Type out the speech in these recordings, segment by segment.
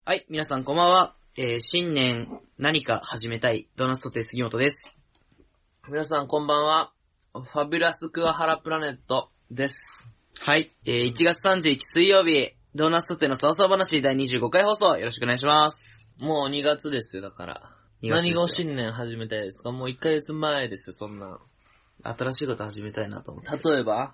はい、皆さんこんばんは。新年何か始めたいドーナツソテー杉本です。 皆さんこんばんは。ファビュラスクワハラプラネットです。 はい、1月31日水曜日、ドーナツソテーのそわそわ話第25回放送よろしくお願いします。 もう2月ですよ、だから。何が新年始めたいですか？もう1ヶ月前ですよ、そんな。 新しいこと始めたいなと思って。 例えば？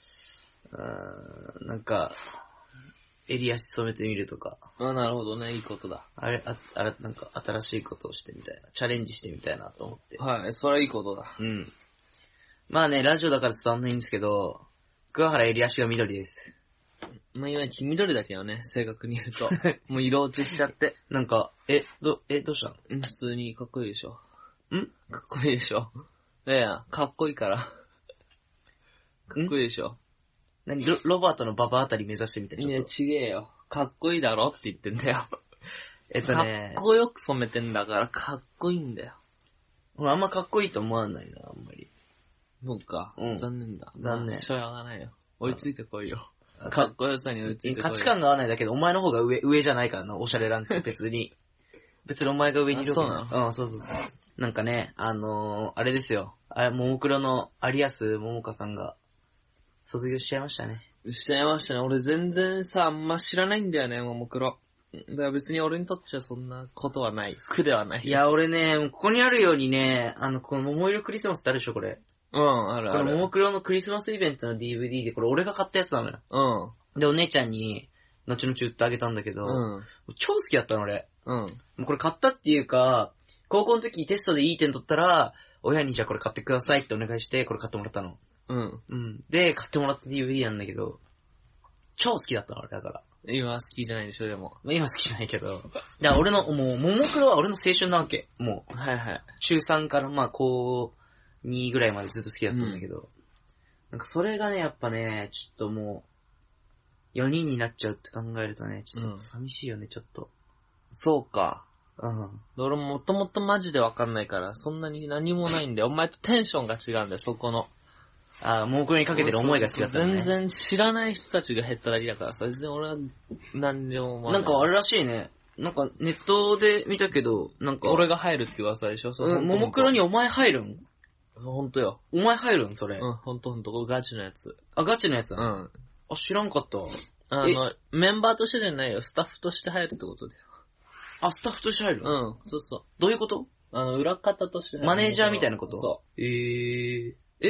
なんか、襟足染めてみるとか。 なるほどね、いいことだ。 あれ、なんか新しいことをしてみたいな。チャレンジしてみたいなと思って。 はい、それはいいことだ。 うん。まあね、ラジオだから伝わんないんですけど、桑原襟足が緑です。 まあ、いまいち緑だけどね、正確に言うと。もう色落ちしちゃって。 なんか、どうしたの？ 普通にかっこいいでしょ。 ん？ かっこいいでしょ。いや、かっこいいから。かっこいいでしょ。 何ロバートのババあたり目指してみたいな。 いや、ちげえよ。かっこいいだろって言ってんだよ。かっこよく染めてんだからかっこいいんだよ。 俺あんまかっこいいと思わないな、あんまり。 そうか。 うん。 残念だ。 残念。 しょうがないよ。追いついてこいよ。かっこよさに追いついてこいよ。 価値観が合わないだけでお前の方が上じゃないからな、おしゃれランク別に。別にお前が上にいる。 そうなの？うん、そう。なんかね、あれですよ。ももクロの有安桃香さんが卒業しちゃいましたね。 しちゃいましたね。俺全然さ、あんま知らないんだよね、ももクロ。だから別に俺にとってはそんなことはない。苦ではない。 いや、俺ね、ここにあるようにね、この桃色クリスマスってあるでしょ、これ。 うん、ある。 このももクロのクリスマスイベントの DVD で、これ俺が買ったやつなのよ。うん。で、お姉ちゃんに、後々売ってあげたんだけど、超好きだったの、俺。もうこれ買ったっていうか、高校の時テストでいい点取ったら、親にじゃあこれ買ってくださいってお願いして、これ買ってもらったの。で、買ってもらった DVD なんだけど、超好きだったの、俺だから。 今好きじゃないでしょ、でも。 今好きじゃないけど。だから俺の、もう、ももクロは俺の青春なわけ。もう。 はいはい。 中3から高2ぐらいまでずっと好きだったんだけど。なんかそれがね、やっぱね、ちょっともう、4人になっちゃうって考えるとね、ちょっと寂しいよね、ちょっと。 そうか。 俺もともとマジでわかんないから、そんなに何もないんで、お前とテンションが違うんだよ、そこの。 ももクロにかけてる思いが違ったね。 全然知らない人たちが減っただけだからさ、全然俺は何でも思わない。 なんかあれらしいね。なんかネットで見たけど、なんか。 俺が入るって噂でしょ？ ももクロにお前入るん？ ほんとよ。 お前入るんそれ。 ほんと。ガチのやつ。 ガチのやつ知らんかったわ。 メンバーとしてじゃないよ。スタッフとして入るってことだよ。 スタッフとして入る？ そう。 どういうこと？ 裏方として入る。 マネージャーみたいなこと？ そう。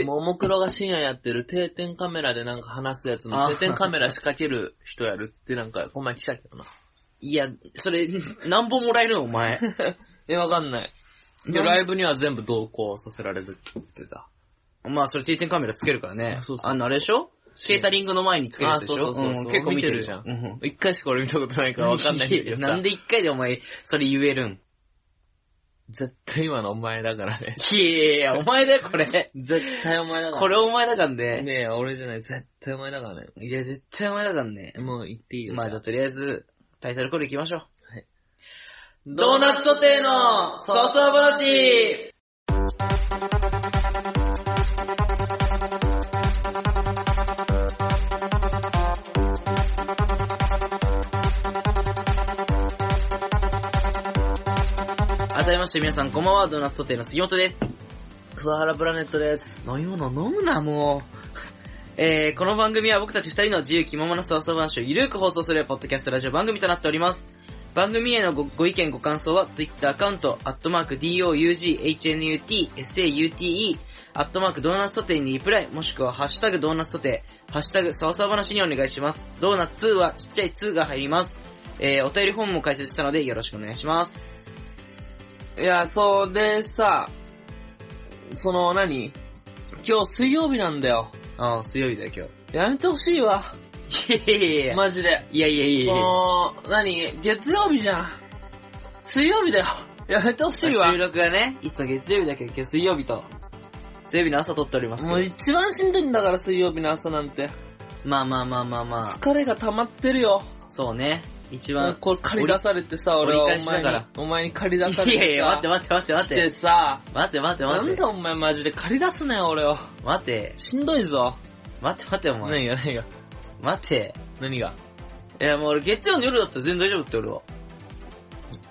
ももクロが深夜やってる定点カメラでなんか話すやつの定点カメラ仕掛ける人やるってなんか、この前来たけどな。 いや、それ、何本もらえるのお前。 わかんない。ライブには全部同行させられるって言ってた。 まあ、それ定点カメラつけるからね。 そう。 あれでしょ？ケータリングの前につけるやつでしょ？ そう。 結構見てるじゃん。一回しか俺見たことないからわかんないんだけどさ。 なんで一回でお前、それ言えるん？ 絶対今のお前だからね。 いや、お前だよ、これ。 絶対お前だから。 これお前だからね。 ねえ、俺じゃない。絶対お前だからね。 いや、絶対お前だからね。 もう言っていいよ。 まあ、じゃあとりあえず、タイトルコール行きましょう。 はい。 ドーナツソテーのソース話。改めまして皆さんこんばんは、ドーナツソテーの杉本です。 桑原プラネットです。 飲み物飲むな、もう。この番組は僕たち二人の自由気ままなソース話をゆるく放送するポッドキャストラジオ番組となっております。番組へのご意見ご感想は Twitter アカウント、@DOUGHNUTSAUTE、ドーナツソテーにリプライ、もしくはハッシュタグドーナツソテー、ハッシュタグソース話にお願いします。ドーナツ2はちっちゃい2が入ります。お便りフォームも開設したのでよろしくお願いします。 いや、そうでさ、今日水曜日なんだよ。 水曜日だよ今日。 やめてほしいわ。 いやマジで。 いや。 月曜日じゃん。水曜日だよ。やめてほしいわ。 収録がね、いつも月曜日だけど今日水曜日と、水曜日の朝撮っております。 もう一番しんどいんだから水曜日の朝なんて。 まあ。 疲れが溜まってるよ。 そうね。一番。 これ借り出されてさ、俺はお前に借り出されてさ。 いや、待って。 来てさ。 待って。 なんだお前マジで借り出すなよ、俺を。 待て。 しんどいぞ。 待って、お前。 何が待て。 何が？ いや、もう俺月曜の夜だったら全然大丈夫って俺は。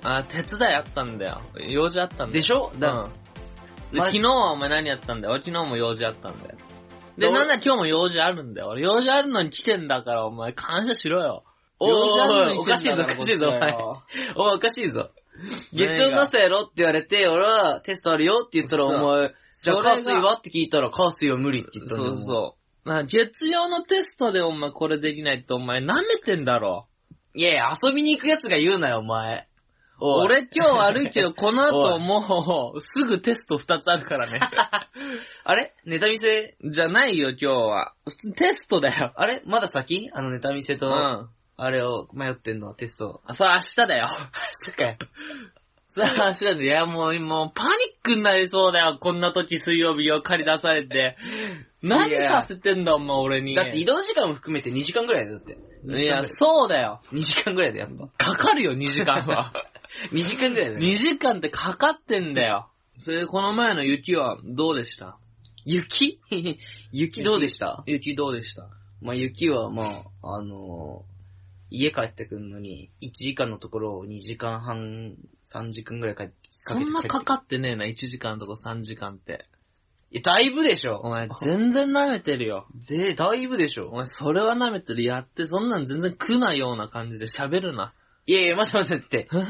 手伝いあったんだよ。用事あったんだよ。 でしょ？ 昨日はお前何やったんだよ。昨日も用事あったんだよ。で、なんだ今日も用事あるんだよ。俺用事あるのに来てんだから、お前感謝しろよ。 おかしいぞ、おかしいぞ、お前。お前おかしいぞ。月曜の朝やろって言われて、俺はテストあるよって言ったら、お前、じゃあ火水はって聞いたら、火水は無理って言ったんだよ。 そうそう。月曜のテストでお前これできないってお前舐めてんだろ。 いやいや、遊びに行くやつが言うなよ、お前。 俺今日悪いけど、この後もう、すぐテスト2つあるからね。 あれネタ見せじゃないよ、今日は。普通テストだよ。 あれまだ先ネタ見せと、あれを迷ってんのはテスト。 それ明日だよ。 明日かよ。 それ明日だよ。いや、もうパニックになりそうだよ。こんな時水曜日を借り出されて。何させてんだ、お前俺に。 だって移動時間も含めて2時間ぐらいだよ、だって。 いや、そうだよ。 2時間ぐらいだよ、やっぱ。 かかるよ、2時間は。 2時間ぐらいだよ。 2時間ってかかってんだよ。それでこの前の雪はどうでした？ 雪どうでした？ 雪どうでした？ まあ雪は家帰ってくるのに1時間のところを2時間半、3時間ぐらいかけてそんなかかってねえな、1時間とか3時間って。 いや、だいぶでしょ。 お前全然舐めてるよ。 だいぶでしょ。 お前それは舐めてる。やって、そんなん全然苦なような感じで喋るな。 いやいや、待って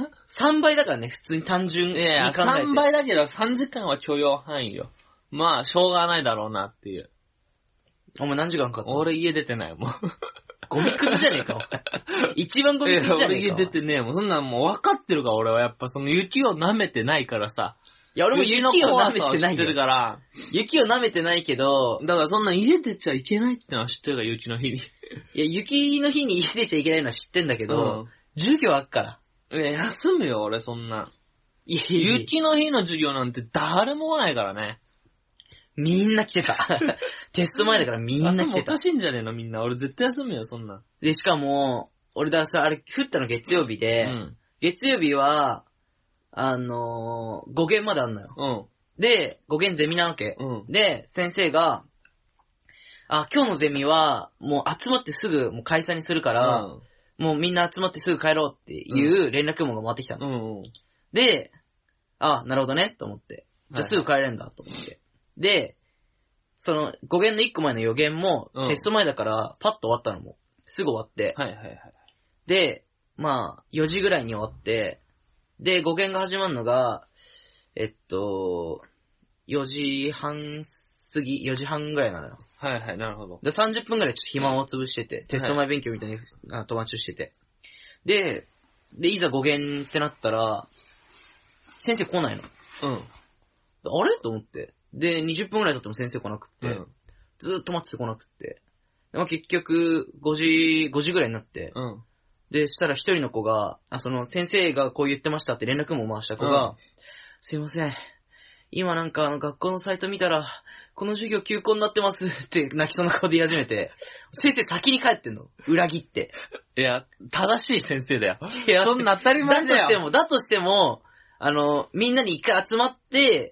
。3倍だからね、普通に単純に考えて。いや、 3倍だけど3時間は許容範囲よ。まあ、しょうがないだろうなっていう。 お前何時間かかった？ 俺家出てないもん。 ゴミくずじゃねえか、一番ゴミくずじゃねえか。 俺家出てねえもん。そんなんもう分かってるから俺はやっぱその雪を舐めてないからさ。 いや、俺も雪を舐めてないよ。 知ってるから。 雪を舐めてないけど、 だからそんな家出ちゃいけないってのは知ってるから、雪の日に。いや、雪の日に家出ちゃいけないのは知ってんだけど、授業あっから。 いや、休むよ、俺そんな。雪の日の授業なんて誰も来ないからね。 みんな来てた。テスト前だからみんな来てた。 おかしいんじゃねえのみんな。俺絶対休むよ、そんな。 で、しかも、俺だからさ、あれ降ったの月曜日で、月曜日は、5限まであんのよ。で、5限ゼミなわけ。で、先生が、今日のゼミは、もう集まってすぐもう解散にするから、もうみんな集まってすぐ帰ろうっていう連絡網が回ってきたの。で、なるほどね、と思って。じゃあすぐ帰れるんだ、と思って。で、その5限の1個前の予言も、テスト前だからパッと終わったのも、すぐ終わって。で、まあ、4時ぐらいに終わって、で、5限が始まるのが、4時半過ぎ、4時半ぐらいなのよ。 なるほど。 で、30分ぐらいちょっと暇を潰してて、テスト前勉強みたいに友達としてて。で、いざ5限ってなったら、先生来ないの。あれと思って。で、20分ぐらい経っても先生来なくって、ずーっと待ってて来なくって。でも結局、5時ぐらいになって、で、したら一人の子が、その先生がこう言ってましたって連絡も回した子が、すいません。今なんか学校のサイト見たら、この授業休校になってますって泣きそうな顔で言い始めて、先生先に帰ってんの。裏切って。 いや、正しい先生だよ。いや、そんな当たり前だよ。 だとしても、みんなに一回集まって、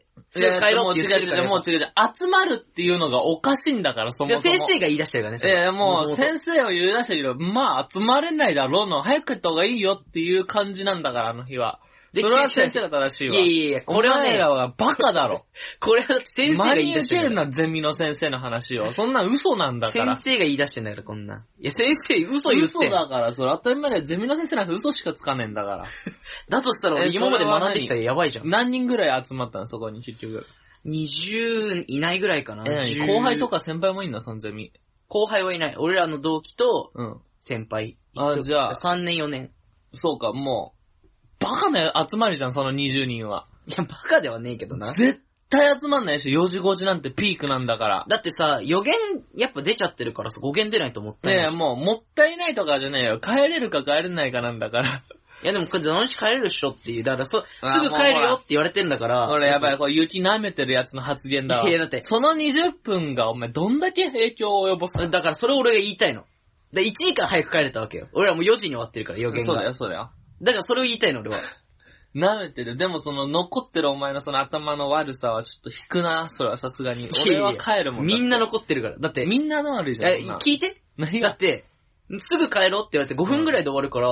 帰ろうって言ってるから。 もう違う。集まるっていうのがおかしいんだから、そもそも。 先生が言い出してるからね。 もう先生を言い出したけど、まあ集まれないだろうの、早く行った方がいいよっていう感じなんだから、あの日は。それは先生が正しいわ。 いや、これはね、 バカだろ。 これは先生が言い出してる。 真に受けるな、ゼミの先生の話を。そんな嘘なんだから。 先生が言い出してんだから、こんな。いや、先生嘘言ってん。 嘘だから、それ当たり前でゼミの先生なんて嘘しかつかねえんだから。 だとしたら俺今まで学んできたらやばいじゃん。 何人ぐらい集まったの、そこに結局。 20いないぐらいかな。 後輩とか先輩もいんだ、そのゼミ。 後輩はいない。俺らの同期と、先輩。 じゃあ。 3年4年。 そうか、もう。バカな集まりじゃん、その20人は。 いや、バカではねえけどな。 絶対集まんないでしょ、4時5時なんてピークなんだから。 だってさ、予言やっぱ出ちゃってるからさ、5限出ないと思ったいや、もう、もったいないとかじゃねえよ。帰れるか帰れないかなんだから。 いやでもこれそのうち帰れるっしょっていう。だからすぐ帰るよって言われてんだから。 俺やばい、これ雪舐めてるやつの発言だわ。 いやだって。 その20分がお前どんだけ影響を及ぼす。 だからそれを俺が言いたいの。1時間早く帰れたわけよ。俺はもう4時に終わってるから予言が。 そうだよ。 だからそれを言いたいの俺は。 舐めてる。でもその残ってるお前のその頭の悪さはちょっと引くな。それはさすがに。俺は帰るもんだ。 みんな残ってるから。だって。 みんなの悪いじゃん。 聞いて。だって、すぐ帰ろうって言われて5分ぐらいで終わるから、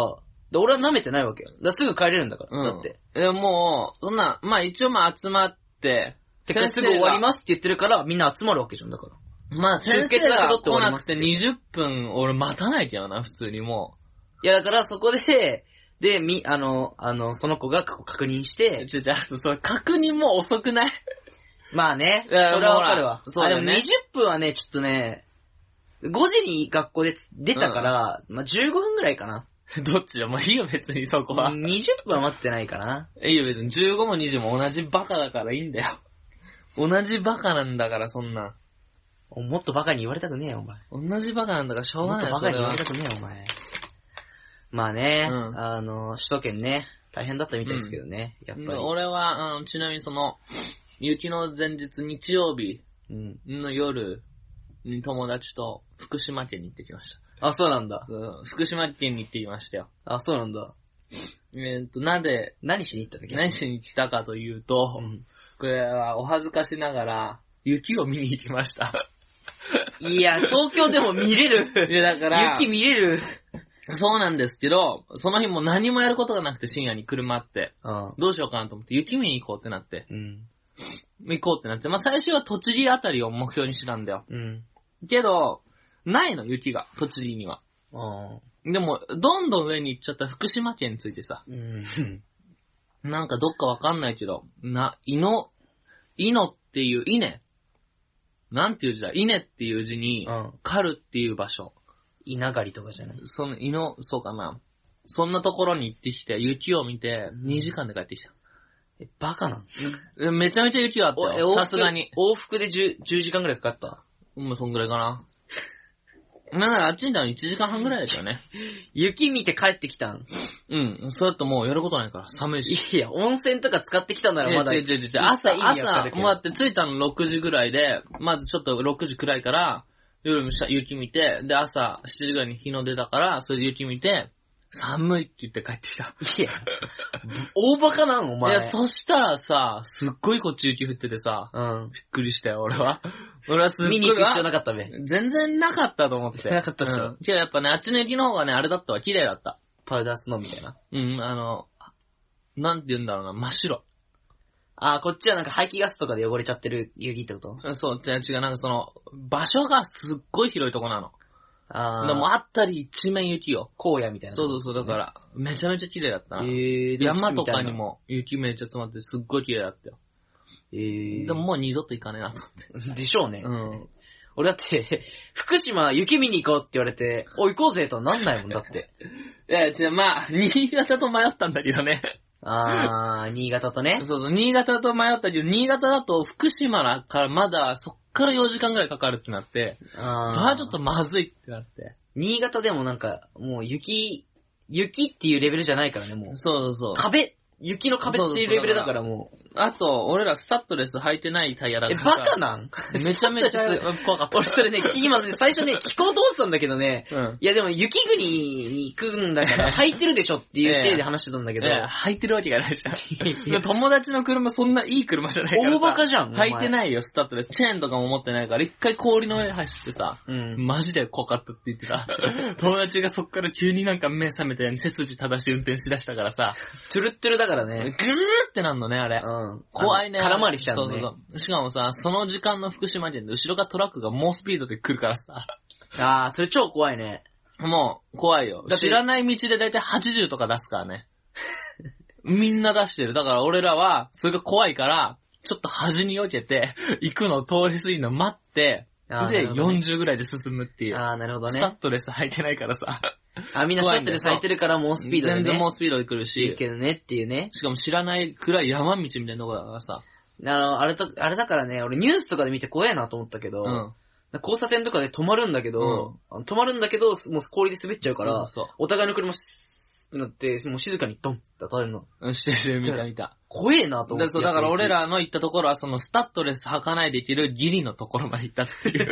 で、俺は舐めてないわけよ。だからすぐ帰れるんだから。だって。 でもう、そんな、まあ一応集まって、 すぐ終わりますって言ってるから、みんな集まるわけじゃん、だから。 まあ先生が来なくて20分俺待たないけどな、普通にもう。いやだからそこで、その子が確認して。 それ確認も遅くない？ まあね。それはわかるわ。 そうだよね。 でも20分はね、ちょっとね、5時に学校で出たから、まあ15分ぐらいかな。 どっちよ、もういいよ別にそこは。 20分は待ってないかな。 いいよ別に15も20も同じバカだからいいんだよ。同じバカなんだからそんな。 もっとバカに言われたくねえよ、お前。 同じバカなんだからしょうがないよ。 もっとバカに言われたくねえよ、お前。まあね、首都圏ね、大変だったみたいですけどね、やっぱり。 俺は、ちなみに雪の前日日曜日の夜に友達と福島県に行ってきました。 あ、そうなんだ。 福島県に行ってきましたよ。 あ、そうなんだ。 なんで、 何しに行ったんだっけ？ 何しに来たかというと、これはお恥ずかしながら、雪を見に行きました。 いや、東京でも見れる。 いや、だから、 雪見れる。 そうなんですけど、その日も何もやることがなくて深夜に車あって、どうしようかなと思って雪見に行こうってなって、行こうってなって、まあ最初は栃木あたりを目標にしてたんだよ。けど、ないの、雪が、栃木には。でも、どんどん上に行っちゃった福島県についてさ、なんかどっかわかんないけど、いのっていう、稲。なんていう字だ？稲っていう字に、狩るっていう場所。 稲刈りとかじゃない？ そうかな。そんなところに行ってきて、雪を見て、2時間で帰ってきた。 バカなの？ めちゃめちゃ雪があったよ。さすがに。 往復で10時間ぐらいかかった？ そんぐらいかな。なんならあっちにいたの1時間半ぐらいですよね。 雪見て帰ってきたん？ そうやってもうやることないから、寒いし。 いや、温泉とか使ってきたんならまだ。 朝、もうだって着いたの6時ぐらいで、まずちょっと6時くらいから、夜も雪見て、で朝7時ぐらいに日の出だから、それで雪見て、寒いって言って帰ってきた。 いや、大バカなのお前。 いや、そしたらさ、すっごいこっち雪降っててさ、びっくりしたよ、俺は。俺はすっごい。 見に行く必要なかったべ。 全然なかったと思ってて。 なかったっしょ。 けどやっぱね、あっちの雪の方がね、あれだったわ、綺麗だった。 パウダースノーみたいな。 なんて言うんだろうな、真っ白。 こっちはなんか排気ガスとかで汚れちゃってる雪ってこと？ そう、違う、なんか場所がすっごい広いとこなの。でもあったり一面雪よ。 荒野みたいな。 そう、だから、めちゃめちゃ綺麗だったな。山とかにも雪めっちゃ詰まってすっごい綺麗だったよ。でももう二度と行かねえなと思って。 でしょうね。俺だって、福島雪見に行こうって言われて、行こうぜとはなんないもんだって。 いや、まあ、新潟と迷ったんだけどね。 新潟とね。 そう、新潟と迷ったけど、新潟だと福島からまだそっから4時間ぐらいかかるってなって、それはちょっとまずいってなって。 新潟でもなんか、もう雪っていうレベルじゃないからね、もう。 そう。 雪の壁っていうレベルだからもう。 あと、俺らスタッドレス履いてないタイヤだから。 バカなんめちゃめちゃ怖かった。 俺それね、今最初ね、聞こうと思ってたんだけどね。いやでも雪国に行くんだから履いてるでしょっていう体で話してたんだけど。 履いてるわけがないじゃん。友達の車そんないい車じゃないからさ。 大バカじゃん。 履いてないよ、スタッドレス。チェーンとかも持ってないから、一回氷の上走ってさ、マジで怖かったって言ってた。友達がそっから急になんか目覚めたように背筋正しい運転しだしたからさ。 トゥルットゥルだからね。 ぐーってなんのね、あれ。怖いね。 空回りしちゃうね。 そう。しかもさ、その時間の福島県で後ろがトラックが猛スピードで来るからさ。 それ超怖いね。 もう、怖いよ。知らない道でだいたい80とか出すからね。みんな出してる。だから俺らは、それが怖いから、ちょっと端に避けて、行くの通り過ぎるの待って、で、40ぐらいで進むっていう。 なるほどね。 スタッドレス履いてないからさ。 みんなスタッドレス履いてるから猛スピードでね。 全然猛スピードで来るし。 いいけどねっていうね。 しかも知らない暗い山道みたいなとこだからさ。 あれだからね、俺ニュースとかで見て怖えなと思ったけど、交差点とかで止まるんだけど、もう氷で滑っちゃうから、お互いの車ってなって、もう静かにドンって当たるの。 してる、見た。 怖えなと思って。 だから俺らの行ったところはそのスタッドレス履かないで行けるギリのところまで行ったっていう。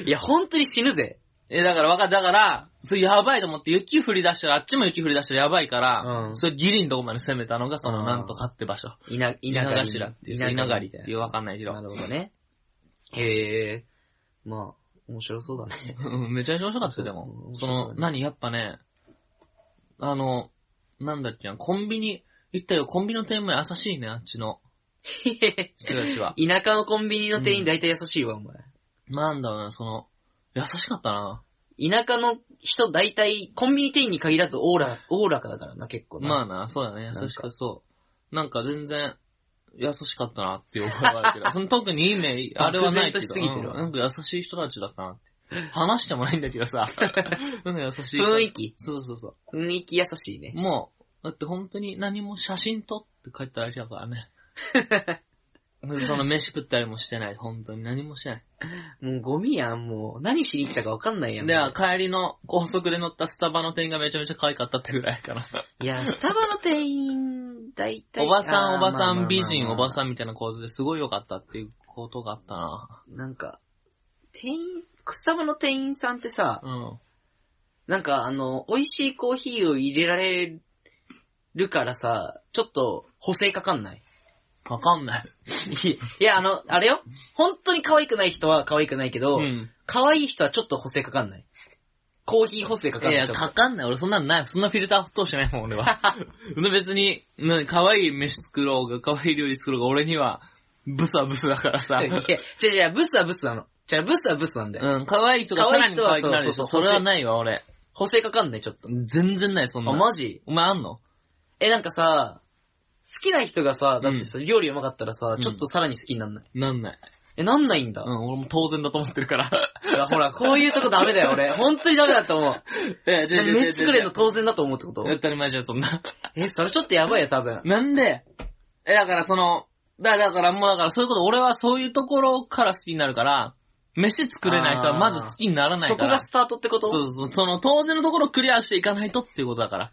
いや、本当に死ぬぜ。 だからそれやばいと思って雪降り出したら、あっちも雪降り出したらやばいから、それギリのとこまで攻めたのがそのなんとかって場所。稲頭っていう、稲刈りっていうわかんないけど。 なるほどね。まあ、面白そうだね。 めちゃめちゃ面白かったよ、でも。やっぱね、 なんだっけな、コンビニ、行ったよ、コンビニの店員も優しいね、あっちの。人たちは。 田舎のコンビニの店員大体優しいわ、お前。 なんだろうな、優しかったな。 田舎の人大体、コンビニ店員に限らずおおらかだからな、結構な。 まあな、そうだね、優しかそう。なんか全然、優しかったなっていう覚えがあるけど、特にいいね、あれはないけど、なんか優しい人たちだったなって。話してもないんだけどさ、なんか優しい。 雰囲気。 そうそうそう。 雰囲気優しいね。 もう、だって本当に何も写真撮って帰っただけだからね。その飯食ったりもしてない。本当に何もしてない。 もうゴミやん、もう。何しに行ったか分かんないやん。 では、帰りの高速で乗ったスタバの店員がめちゃめちゃ可愛かったってぐらいかな。 いや、スタバの店員、大体。 おばさん、美人、おばさんみたいな構図ですごい良かったっていうことがあったな。 なんか、スタバの店員さんってさ、なんか美味しいコーヒーを入れられるからさ、ちょっと補正かかんない？ かかんない。 いや、あれよ。本当に可愛くない人は可愛くないけど、可愛い人はちょっと補正かかんない。コーヒー補正かかんない。 いや、かかんない。俺そんなのない。そんなフィルター通してないもん、俺は。別に、可愛い飯作ろうが、可愛い料理作ろうが、俺には、ブスはブスだからさ。 いや、ブスはブスなの。ブスはブスなんだよ。 可愛い人がさらに可愛くなるでしょ。それはないわ、俺。 補正かかんない、ちょっと。 全然ない、そんな。 あ、マジ？ お前あんの？ なんかさ、好きな人がさ、だってさ、料理うまかったらさ、ちょっとさらに好きになんない？ なんない。 なんないんだ。 俺も当然だと思ってるから。 いや、ほら、こういうとこダメだよ、俺。本当にダメだと思う。飯作れるの当然だと思うってこと？ 当たり前じゃん、そんな。 それちょっとやばいよ、多分。 なんで？だからだからそういうこと、俺はそういうところから好きになるから、飯作れない人はまず好きにならないから。 そこがスタートってこと？ そう、当然のところをクリアしていかないとっていうことだから。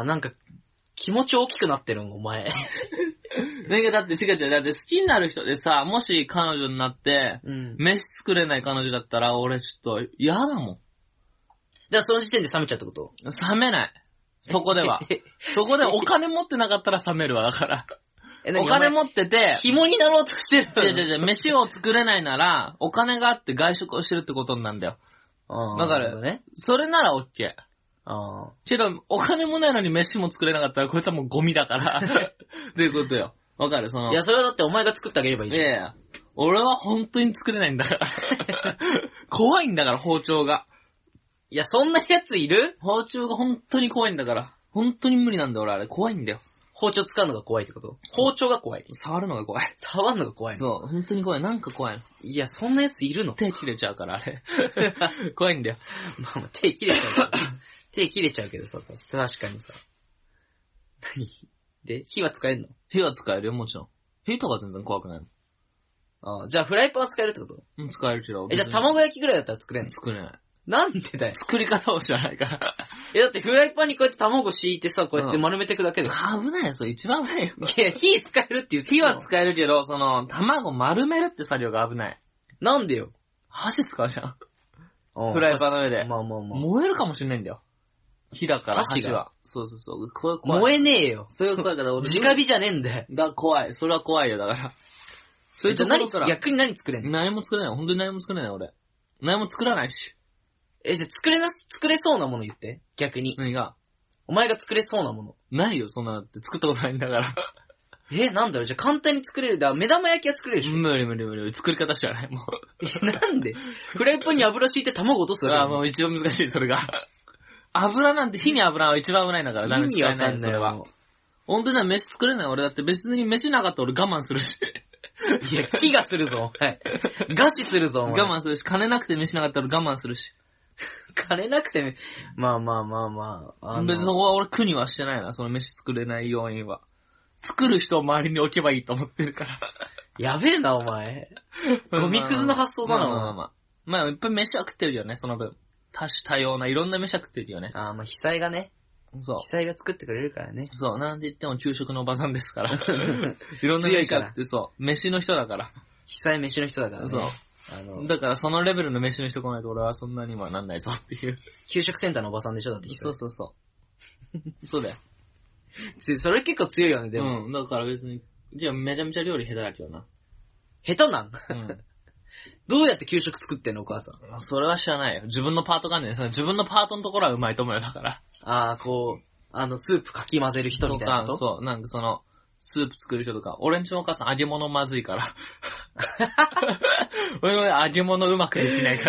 なんか、気持ち大きくなってるん、お前。 だって違う。だって好きになる人でさ、もし彼女になって、飯作れない彼女だったら、俺ちょっと嫌だもん。だからその時点で冷めちゃうってこと？ 冷めない。そこでは。そこでお金持ってなかったら冷めるわ、だから。お金持ってて、 紐になろうとしてる。 違う、飯を作れないなら、お金があって外食をしてるってことなんだよ。だから、ね、それならオッケー。けど、お金もないのに飯も作れなかったら、こいつはもうゴミだから。っていうことよ。わかる？ いや、それはだってお前が作ってあげればいいじゃん。 いや、俺は本当に作れないんだから。怖いんだから、包丁が。 いや、そんなやついる？ 包丁が本当に怖いんだから。本当に無理なんだよ、俺あれ。怖いんだよ。 包丁使うのが怖いってこと？包丁が怖い。 触るのが怖い。 触るのが怖い。 そう、本当に怖い。なんか怖いの。 いや、そんなやついるの？ 手切れちゃうから、あれ。怖いんだよ。 まあ、手切れちゃうから。手切れちゃうけどさ、確かにさ。何で、火は使えるの？ 火は使えるよ、もちろん。火とか全然怖くないの？じゃあフライパンは使えるってこと？ 使えるけど。 じゃあ卵焼きぐらいだったら作れんの？ 作れない。 なんでだよ。 作り方を知らないから。 だってフライパンにこうやって卵敷いてさ、こうやって丸めていくだけで。 危ないよ、それ一番危ないよ。 いや、火使えるって言って火は使えるけど、卵丸めるって作業が危ない。 なんでよ。 箸使うじゃん。フライパンの上で。 まあ。 燃えるかもしれないんだよ。火だから箸は。そう。怖い。 燃えねえよ。 そういう怖いから俺。 直火じゃねえんだよ。 怖い。それは怖いよ、だから。 それじゃ逆に何作れんの？ 何も作れない。本当に何も作れない、俺。何も作らないし。 じゃあ作れそうなもの言って。逆に。 何が？ お前が作れそうなもの。 ないよ、そんなって作ったことないんだから。 なんだろう、じゃあ簡単に作れる。だから目玉焼きは作れるでしょ。 無理。作り方知らない、もう。 なんで？フライパンに油敷いて卵落とすだけ。 もう一番難しい、それが。火に油は一番危ないんだから、ダメ使えない、それは。本当に飯作れない、俺だって別に飯なかったら俺我慢するし。 いや、気がするぞ。はい。ガチするぞ、 我慢するし、金なくて飯なかったら我慢するし。 金なくて、まあ。 別にそこは俺苦にはしてないな、その飯作れない要因は。作る人を周りに置けばいいと思ってるから。 やべえな、お前。ゴミくずの発想だな、 まあ、いっぱい飯は食ってるよね、その分。多種多様ないろんな飯は食ってるよね。 被災がね。 そう。 被災が作ってくれるからね。 そう、なんて言っても給食のおばさんですから。いろんな飯が食って、そう。飯の人だから。 被災飯の人だからね。 そう。だからそのレベルの飯の人来ないと俺はそんなにはなんないぞっていう。 給食センターのおばさんでしょだって。 そう。そうだよ。 それ結構強いよね、でも。 だから別に、じゃあめちゃめちゃ料理下手だけどな。 下手なん？どうやって給食作ってんのお母さん。 それは知らないよ。自分のパートがね、自分のパートのところはうまいと思うよ、だから。 こう、スープかき混ぜる人みたいなこと？ そう、なんかその、スープ作る人とか、俺んちのお母さん揚げ物まずいから。俺は揚げ物うまくできないから。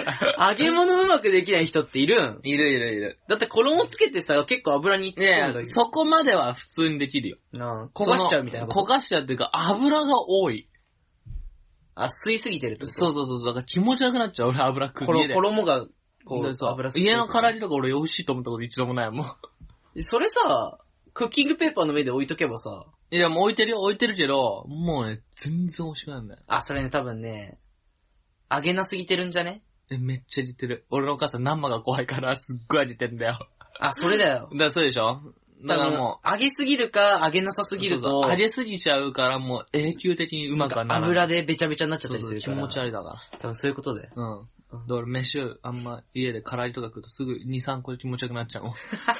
揚げ物うまくできない人っているん？ いる。 だって衣つけてさ、結構油に突っ込むんだけど。 そこまでは普通にできるよ。 焦がしちゃうみたいなこと？ 焦がしちゃうっていうか、油が多い。 吸いすぎてるってこと？そう。だから気持ち悪くなっちゃう、俺油食う家で。 衣が、こう、 油家の唐揚げとか俺美味しいと思ったこと一度もないもん。 それさ、クッキングペーパーの上で置いとけばさ。 いや、もう置いてるけど、もうね、全然美味しくないんだよ。 それね、多分ね、揚げなすぎてるんじゃね？ めっちゃ似てる。俺のお母さん生が怖いからすっごい似てんだよ。 それだよ。 そうでしょ？だからもう、揚げすぎるか、揚げなさすぎると。 そう揚げすぎちゃうからもう永久的にうまくはならない。 油でべちゃべちゃになっちゃったりするから。 気持ち悪いだから。 多分そういうことで。 だから飯をあんま家で唐揚げとか食うとすぐ2、3個で気持ち悪くなっちゃうもん。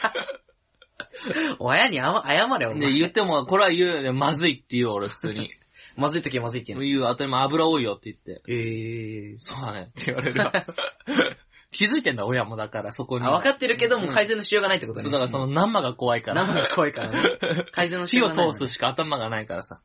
親に謝れ、お前。 で、言っても、これは言うよね、まずいって言う俺普通に。 まずいときはまずいって言うの。 言う、あと今油多いよって言って。そうだねって言われるわ。気づいてんだ、親もだから、そこに。 分かってるけども改善のしようがないってことね。 そう、だからその生が怖いから。 生が怖いからね。改善のしようがない。 火を通すしか頭がないからさ。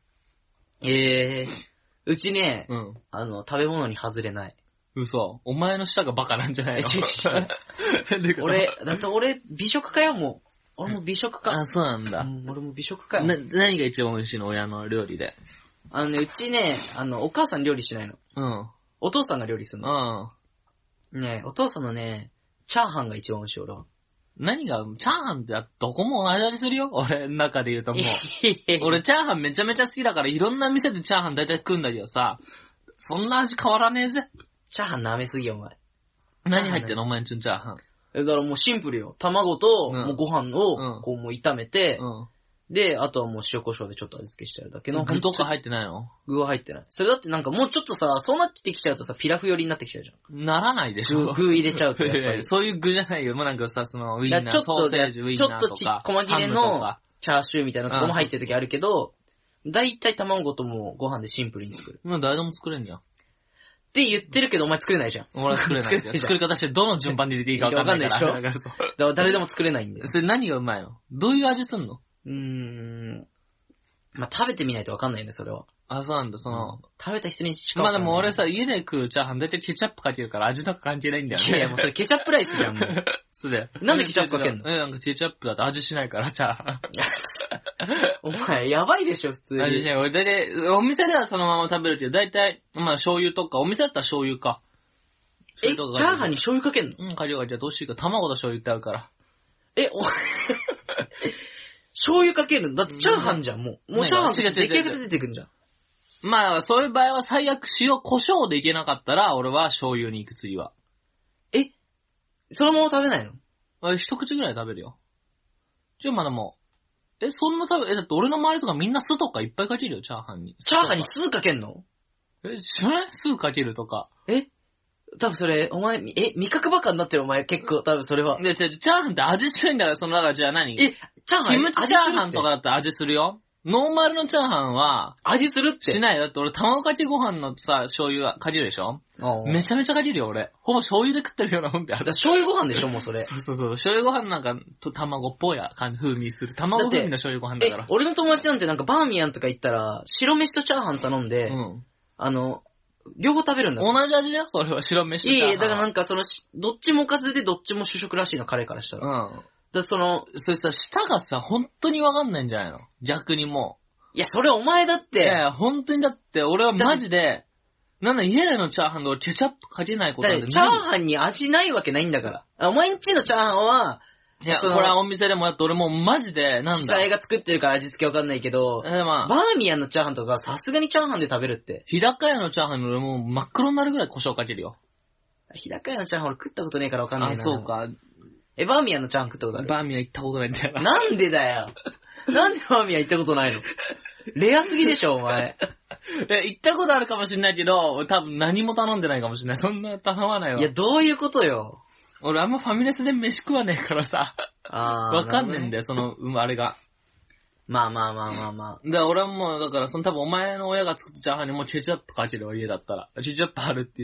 うちね、食べ物に外れない。 嘘。お前の舌がバカなんじゃないの？ だって俺、美食家よ、もう。俺も美食家。 そうなんだ。 俺も美食家よ。 何が一番美味しいの？親の料理で。 うちね、お母さん料理しないの。お父さんが料理するの。 ねお父さんのね、チャーハンが一番美味しい、俺は。 何が、チャーハンってどこも同じ味するよ？俺の中で言うともう。俺チャーハンめちゃめちゃ好きだからいろんな店でチャーハン大体食うんだけどさ、そんな味変わらねえぜ。 チャーハン舐めすぎよ、お前。 何入ってんのお前んちのチャーハン。 だからもうシンプルよ。卵と、もうご飯を、こうもう炒めて、で、あとはもう塩コショウでちょっと味付けしてあるだけの。 具とか入ってないの？ 具は入ってない。それだってなんかもうちょっとさ、そうなってきちゃうとさ、ピラフ寄りになってきちゃうじゃん。ならないでしょ。 具入れちゃうとやっぱり。 そういう具じゃないよ。もうなんかさ、そのウィンナー、ソーセージ、ウィンナーとか。 ちょっと細切れのチャーシューみたいなとこも入ってる時あるけど、だいたい卵ともご飯でシンプルに作る。 もう誰でも作れんじゃん。 って言ってるけどお前作れないじゃん。 俺は作れない。作り方してどの順番に入れていいか分かんないから。 わかんないでしょ。だから誰でも作れないんで。 それ何がうまいの？どういう味すんの？ まあ、食べてみないとわかんないね、それは。 そうなんだ、 食べた人にしかまあでも俺さ、家で食うチャーハンだいたいケチャップかけるから味とか関係ないんだよね。 いや、もうそれケチャップライスじゃん、もう。 そうだよ。 なんでケチャップかけんの？ なんかケチャップだと味しないから、チャーハン。 お前、やばいでしょ、普通に。 味しない。俺だいたい、お店ではそのまま食べるけど、だいたい、まあ醤油とか、お店だったら醤油か。 チャーハンに醤油かけんの？ かけようか、じゃあどうしようか。卵と醤油って合うから。 醤油かけるの？だってチャーハンじゃん、もう。もうチャーハンって出来上がって出てくんじゃん。 まあ、そういう場合は最悪塩、胡椒でいけなかったら、俺は醤油に行く次は。 そのまま食べないの？ 一口ぐらい食べるよ。まだもう。そんなだって俺の周りとかみんな酢とかいっぱいかけるよ、チャーハンに。 チャーハンに酢かけんの？ 知らない？酢かけるとか。 多分それ、お前、味覚バカになってるお前結構、多分それは。 チャーハンって味しないんだから、だからじゃあ何？ チャーハンキムチチャーハンとかだって味するよ。ノーマルのチャーハンは、 味するって。 しないよ。だって俺卵かけご飯のさ、醤油はかけるでしょ？めちゃめちゃかけるよ、俺。ほぼ醤油で食ってるようなもんである。 醤油ご飯でしょ、もうそれ。 そう。醤油ご飯なんか、卵っぽい風味する。卵風味の醤油ご飯だから。 俺の友達なんてなんかバーミヤンとか行ったら、白飯とチャーハン頼んで、両方食べるんだ。 同じ味だよ、それは白飯とチャーハン。 だからなんかどっちもおかずでどっちも主食らしいの、彼からしたら。それさ、舌がさ、本当にわかんないんじゃないの？逆にもう。 いや、それお前だって。 いや、本当にだって、俺はマジで、家でのチャーハンで俺ケチャップかけないことなんで。 チャーハンに味ないわけないんだから。お前んちのチャーハンは、 いや、これはお店でもやって俺もうマジで、 記載が作ってるから味付けわかんないけど、バーミヤンのチャーハンとかさすがにチャーハンで食べるって。 日高屋のチャーハンに俺もう真っ黒になるぐらい胡椒かけるよ。 日高屋のチャーハン俺食ったことねえからわかんないな。 そうか。 バーミヤンのチャーハン食ったことある？ バーミヤン行ったことないんだよな。 なんでだよ。なんでバーミヤン行ったことないの？レアすぎでしょ、お前。 行ったことあるかもしんないけど、多分何も頼んでないかもしんない。そんな頼まないわ。 いや、どういうことよ。 俺あんまファミレスで飯食わねえからさ。わかんねえんだよ、あれが。 まあ。 だから俺はもう、だから多分お前の親が作ったチャーハンにもうケチャップかけるわ、家だったら。ケチャップあるって言って。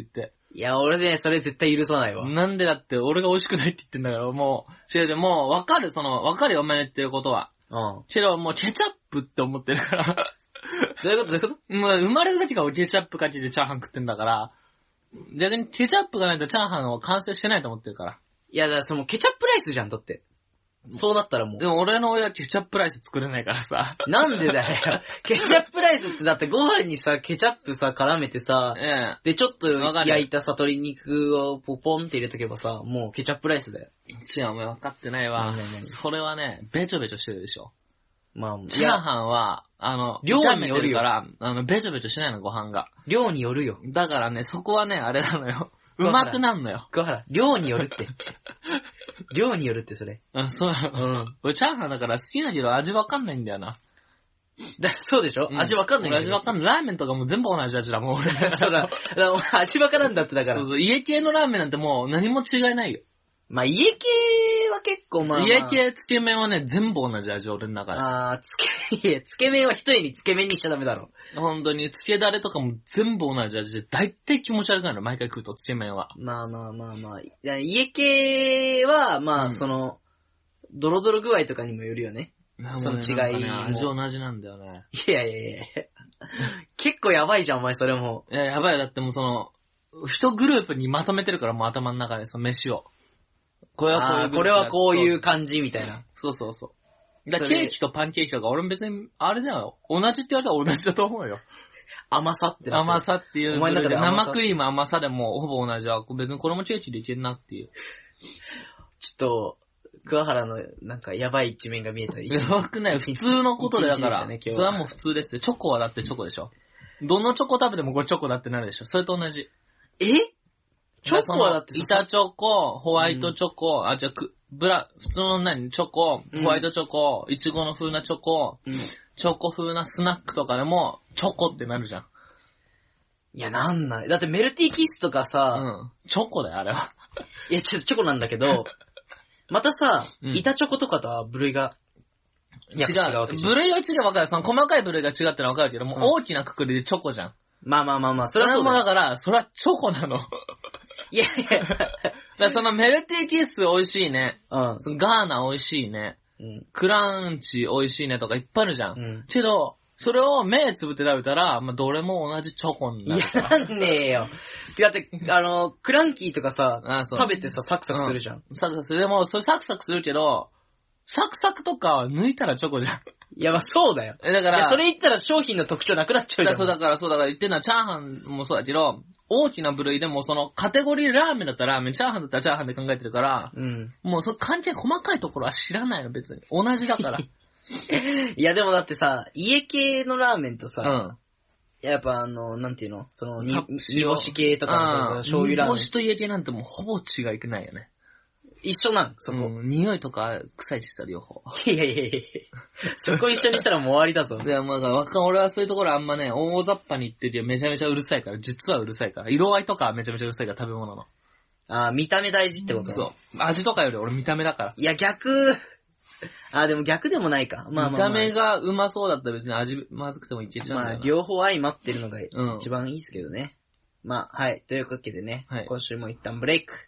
いや、俺ね、それ絶対許さないわ。 なんでだって俺が美味しくないって言ってんだから、もう、違う、もうわかるよ、お前の言ってることは。 うん。 けど、もうケチャップって思ってるから。 どういうこともう生まれる時からケチャップかけてチャーハン食ってんだから、逆にケチャップがないとチャーハンを完成してないと思ってるから。 いや、だからそのケチャップライスじゃん、だって。そうなったらもう。 でも俺の親はケチャップライス作れないからさ。 なんでだよ。ケチャップライスってだってご飯にさ、ケチャップさ、絡めてさ、で、ちょっと焼いたさ、鶏肉をポンって入れとけばさ、もうケチャップライスだよ。 違う、お前分かってないわ。それはね、べちょべちょしてるでしょ。 まあ、 チャーハンは、量によるから、べちょべちょしないの、ご飯が。 量によるよ。 だからね、そこはね、あれなのよ。うまくなんのよ。 桑原、量によるって。量によるってそれ。 そうなの。俺チャーハンだから好きだけど味わかんないんだよな。 そうでしょ、味わかんないんだよ。 味わかんない。ラーメンとかも全部同じ味だもん、俺。 そうだ。味わからんだってだから。 そう、家系のラーメンなんてもう何も違いないよ。 まあ、家系は結構家系つけ麺はね、全部同じ味、俺の中で。 つけ麺は一重につけ麺にしちゃダメだろ。 本当に、つけだれとかも全部同じ味で、だいたい気持ち悪くなる、毎回食うと、つけ麺は。 まあ。家系は、ドロドロ具合とかにもよるよね。その違いも。 味同じなんだよね。 いや。結構やばいじゃん、お前、それも。 いや、やばい。だってもう一グループにまとめてるから、もう頭の中で、その飯を。これはこういう感じみたいな。 そう。だケーキとパンケーキとか、俺も別に、あれだよ。同じって言われたら同じだと思うよ。 甘さっていう。 お前の中で生クリーム甘さでもほぼ同じは、別にこれもケーキでいけるなっていう。 ちょっと、桑原のなんかやばい一面が見えたらいい。 やばくないよ。普通のことでだから。それはもう普通ですよ。チョコはだってチョコでしょ。どのチョコ食べてもこれチョコだってなるでしょ。それと同じ。 チョコはだって板チョコ、ホワイトチョコ、普通のチョコ、ホワイトチョコ、いちごの風なチョコ、チョコ風なスナックとかでも、チョコってなるじゃん。 いや、なんない。だってメルティーキッスとかさ、 チョコだよ、あれは。 いや、チョコなんだけど、またさ、板チョコとかとは部類が、 違うわけじゃん。部類は違うわかる。その細かい部類が違ってのはわかるけど、もう大きな括りでチョコじゃん。 まあ、それはそうだ。 だから、それはチョコなの。 いや。 だそのメルティーキッス美味しいね。そのガーナ美味しいね。クランチ美味しいねとかいっぱいあるじゃん。けど、それを目つぶって食べたら、どれも同じチョコになる。 いや、なんねえよ。だって、クランキーとかさ、食べてさ、サクサクするじゃん。 サクサクする。でも、それサクサクするけど、サクサクとか抜いたらチョコじゃん。 いや、そうだよ。 だから、 それ言ったら商品の特徴なくなっちゃうじゃん。 そうだから言ってるのはチャーハンもそうだけど、大きな部類でもそのカテゴリーラーメンだったらラーメン、チャーハンだったらチャーハンで考えてるから、もうその関係細かいところは知らないの別に。同じだから。 いやでもだってさ、家系のラーメンとさ、やっぱなんていうのその、煮干し系とかさ、醤油ラーメン。 煮干しと家系なんてもうほぼ違いけないよね。 一緒なんそこ。 匂いとか臭いしさ、両方。 いや。そこ一緒にしたらもう終わりだぞ。 いや、俺はそういうところあんまね、大雑把に言ってるよ。めちゃめちゃうるさいから、実はうるさいから。色合いとかめちゃめちゃうるさいから食べ物の。 見た目大事ってことそう。味とかより俺見た目だから。 いや、でも逆でもないか。 見た目がうまそうだったら別に味まずくてもいけちゃうんだよな。 両方相まってるのが一番いいですけどね。はい。というわけでね、今週も一旦ブレイク。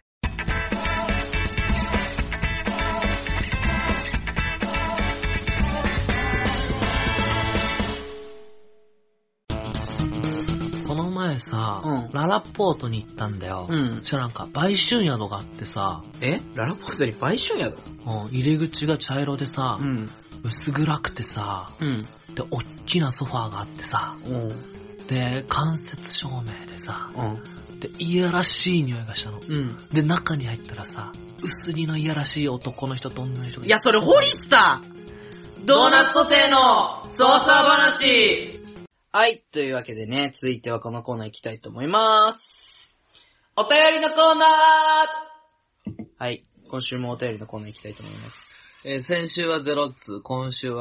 この前さ、ララポートに行ったんだよ。そしたらなんか、売春宿があってさ。 ララポートに売春宿？ 入り口が茶色でさ、薄暗くてさ、で、おっきなソファーがあってさ、で、間接照明でさ、で、いやらしい匂いがしたの。で、中に入ったらさ、薄着のいやらしい男の人と女の人が。 いや、それホリスタードーナツソテーの操作話。はい、というわけでね、続いてはこのコーナー行きたいと思います。お便りのコーナー。はい、今週もお便りのコーナー行きたいと思います。 先週は0通、今週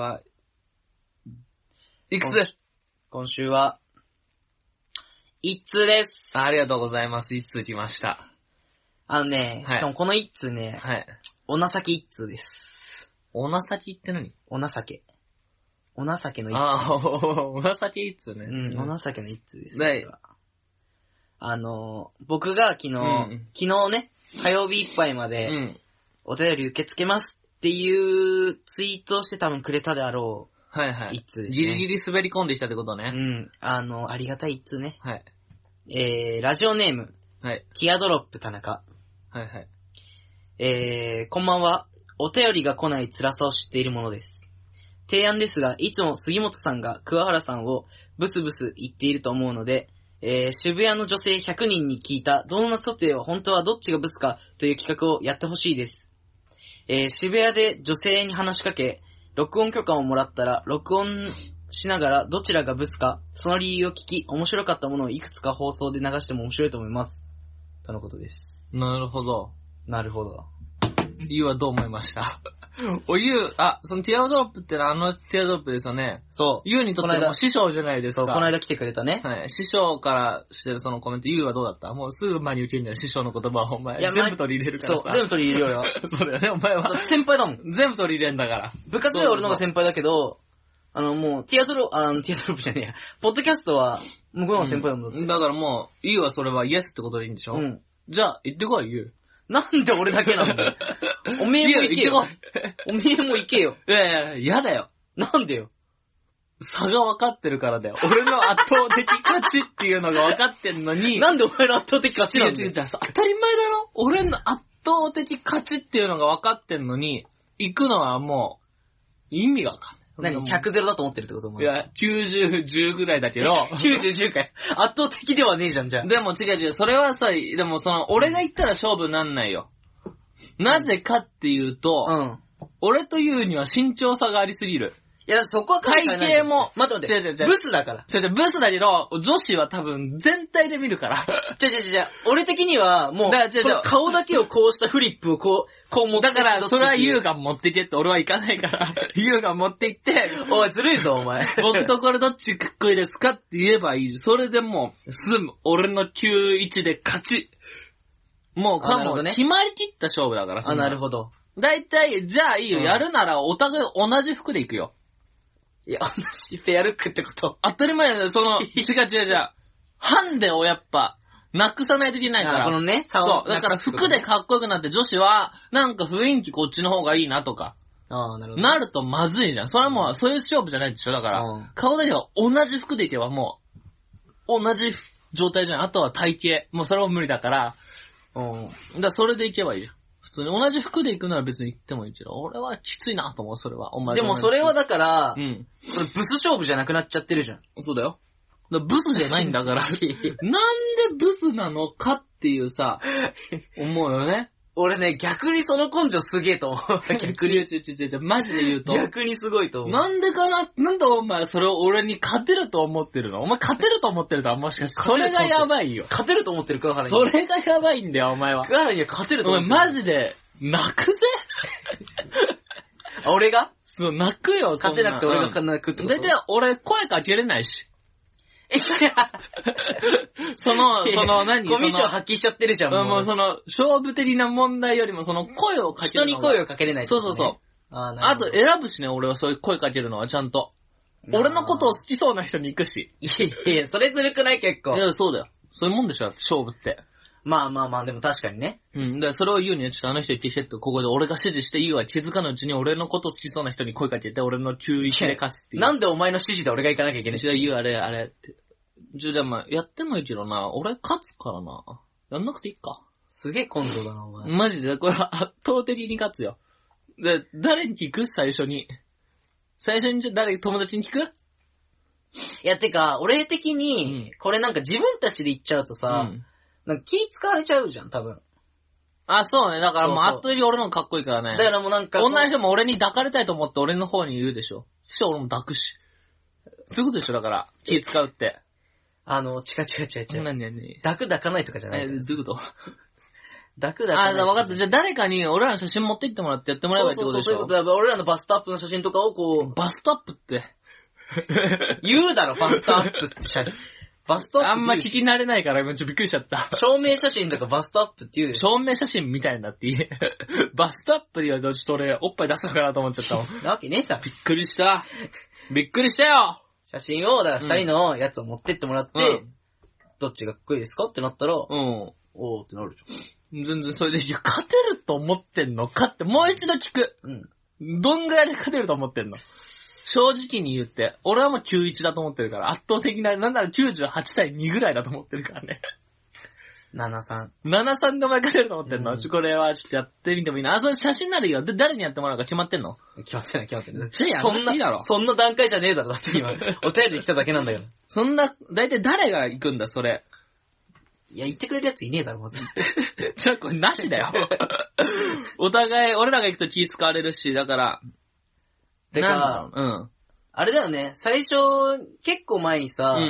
はいくつ？ 今週は1通です。 ありがとうございます。1通来ました。 しかもこの1通ね、お情け1通です。 お情けって何？ お情け。お情けの一通。 お情け一通ね。 お情けの一通です。 僕が昨日ね、火曜日いっぱいまで、お便り受け付けますっていうツイートをして多分くれたであろう。 はいはい。 一通、ね。 ギリギリ滑り込んできたってことね。 ありがたい一通ね。 はい。 ラジオネーム。 はい。 ティアドロップ田中。 はいはい。 こんばんは。お便りが来ない辛さを知っているものです。提案ですが、いつも杉本さんが桑原さんをブスブス言っていると思うので、渋谷の女性100人に聞いたドーナツソテーは本当はどっちがブスかという企画をやってほしいです。渋谷で女性に話しかけ、録音許可をもらったら、録音しながらどちらがブスか、その理由を聞き、面白かったものをいくつか放送で流しても面白いと思います。とのことです。 なるほど。 なるほど。 ゆうはどう思いましたおゆう、そのティアドロップってのはティアドロップですよね。 そう。 ゆうにとってはもう師匠じゃないですか。 そう、この間来てくれたね。 はい。師匠からしてるそのコメント、ゆうはどうだった？もうすぐ真に受けるんじゃない師匠の言葉をお前。全部取り入れるからさ。 そう、全部取り入れようよ。 そうだよね、お前は。 先輩だもん。 全部取り入れんだから。 部活では俺の方が先輩だけど、もう、ティアドロップじゃねえや。ポッドキャストは、向こうの先輩だもん。 だからもう、ゆうはそれはイエスってことでいいんでしょ？じゃあ、言ってこい、ゆう。 なんで俺だけなんだよ。おめえも行けよ。おめえも行けよ。 いや、やだよ。 なんでよ。 差が分かってるからだよ。俺の圧倒的勝ちっていうのが分かってんのに。 なんでお前の圧倒的勝ちなんだよ。 違う、当たり前だろ？俺の圧倒的勝ちっていうのが分かってんのに、行くのはもう、意味が分かんない。 何 ?100-0 だと思ってるってこと？ いや、90-10ぐらいだけど。 90-10かい。圧倒的ではねえじゃん、じゃあ。 でも違う。それはさ、でも俺が言ったら勝負なんないよ。なぜかっていうと、俺というには身長差がありすぎる。 いや、そこは体型も、 待って。 違う。 ブスだから。 ブスだけど、女子は多分全体で見るから。 俺的には、もう、顔だけをこうしたフリップをこう持ってだから、それは優が持ってけって俺は行かないから、優が持って行って、 おい、ずるいぞ、お前。 僕とこれどっちかっこいいですかって言えばいい。それでもう、済む。俺の91で勝ち。もう、決まりきった勝負だから。 なるほど。 だいたい、じゃあいいよ。やるなら、お互い同じ服で行くよ。 いや、同じフェアルックってこと？ 当たり前だよ、違う。ハンデをやっぱ、なくさないといけないから。 このね、 そう。だから服でかっこよくなって女子は、なんか雰囲気こっちの方がいいなとか。 なるほど。 なるとまずいじゃん。それはもう、そういう勝負じゃないでしょ。だから、顔だけは同じ服でいけばもう、同じ状態じゃん。あとは体型。もうそれも無理だから。だからそれでいけばいいよ。普通に同じ服で行くなら別に行ってもいいけど、俺はきついなと思う、それは。お前でもそれはだから、 それブス勝負じゃなくなっちゃってるじゃん。 そうだよ。ブスじゃないんだから。なんでブスなのかっていうさ、思うよね。 俺ね、逆にその根性すげえと思う。逆に。 マジで言うと。 逆にすごいと思う。 なんでかな、なんでお前それを俺に勝てると思ってるの？お前勝てると思ってるとはもしかして。それがやばいよ。 勝てると思ってる桑原に。 それがやばいんだよ、お前は。 桑原には勝てると思ってる。 お前マジで、泣くぜ俺が？ そう、泣くよ、 勝てなくて俺が泣くってこと？ だいたい俺声かけれないし。何コミッション発揮しちゃってるじゃん。 もう勝負的な問題よりも声をかけるの。 人に声をかけれない、 そう。あと選ぶしね、俺はそういう声かけるのはちゃんと。俺のことを好きそうな人に行くし。 いや、それずるくない結構。 いや、そうだよ。そういうもんでしょ、勝負って。 まあ、でも確かにね。 で、それを言うには、ちょっとあの人言ってきてって、ここで俺が指示して、言うは気づかぬうちに俺のこと好きそうな人に声かけて、俺の91で勝つっていう。 なんでお前の指示で俺が行かなきゃいけない？ 言うあれって。でも、やってもいいけどな、俺勝つからな。やんなくていいか。 すげえ根性だな、お前。 マジで、これは圧倒的に勝つよ。で、誰に聞く？最初に友達に聞く？ いや、てか、俺的に、これなんか自分たちで言っちゃうとさ、なんか気使われちゃうじゃん、多分。 あ、そうね。だからもう圧倒的に俺の方がかっこいいからね。 だからもうなんか。 女の人も俺に抱かれたいと思って俺の方に言うでしょ。そして俺も抱くし。すぐでしょ、だから。気使うって。 違う。 何抱かないとかじゃない。 どういうこと？ 抱かない。 分かった。じゃあ誰かに俺らの写真持って行ってもらってやってもらえばいいってことでしょ。 そういうことだ。俺らのバストアップの写真とかをこう。 バストアップって。 言うだろ、バストアップって写真。バストアップあんま聞き慣れないから今ちょっとびっくりしちゃった。 証明写真とかバストアップって言うでしょ。 証明写真みたいなって言え。バストアップで言われたらちょっと俺おっぱい出すのかなと思っちゃったもん。 なわけねえさ。 びっくりしたよ。 写真を、だから二人のやつを持ってってもらって、 どっちがかっこいいですかってなったら、おーってなるじゃん。全然それで、いや、勝てると思ってんのかって、もう一度聞く。どんぐらいで勝てると思ってんの？正直に言って、俺はもう91だと思ってるから、圧倒的な、なんなら98対2ぐらいだと思ってるからね。 73。 73でお前勝てると思ってんの？これはちょっとやってみてもいいな。その写真ならいいよ。で、誰にやってもらうか決まってんの？ 決まってない。じゃあやっていいだろ。 そんな段階じゃねえだろ。だって今、お便りで来ただけなんだけど。 そんな、だいたい誰が行くんだ、それ。 いや、言ってくれるやついねえだろ、まず。 じゃあこれなしだよ。お互い、俺らが行くと気使われるし、だから。 てか、あれだよね、最初、結構前にさ、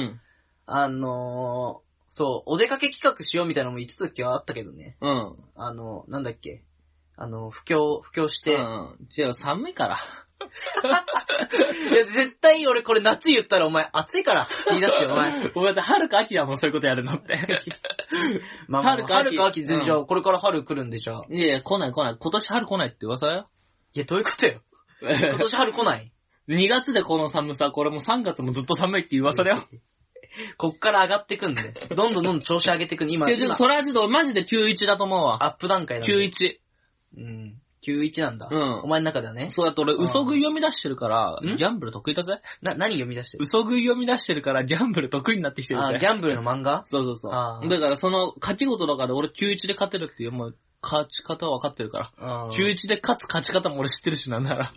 そう、お出かけ企画しようみたいなのも言ってた時はあったけどね。なんだっけ。布教して。 違う、寒いから。 いや、絶対俺これ夏言ったらお前暑いから言い出すよ、お前。 お前って春か秋だもん、そういうことやるのって。 まあ、春か秋全然、じゃあこれから春来るんでじゃあ。 いや、来ない。今年春来ないって噂だよ。 いや、どういうことよ。今年春来ない ?2 月でこの寒さ、これも3月もずっと寒いって噂だよ。 こっから上がってくんで。どんどん調子上げてくんで、今。 それはちょっとマジで91だと思うわ。 アップ段階だ。91。 91なんだ。お前の中ではね。 そうだと俺、嘘食い読み出してるから、ギャンブル得意だぜ。 何読み出してる？ 嘘食い読み出してるから、ギャンブル得意になってきてるぜ。 ギャンブルの漫画？ そう。だからその、書き事とかで俺91で勝てるっていう、もう、勝ち方は分かってるから。91で勝ち方も俺知ってるしなんだから。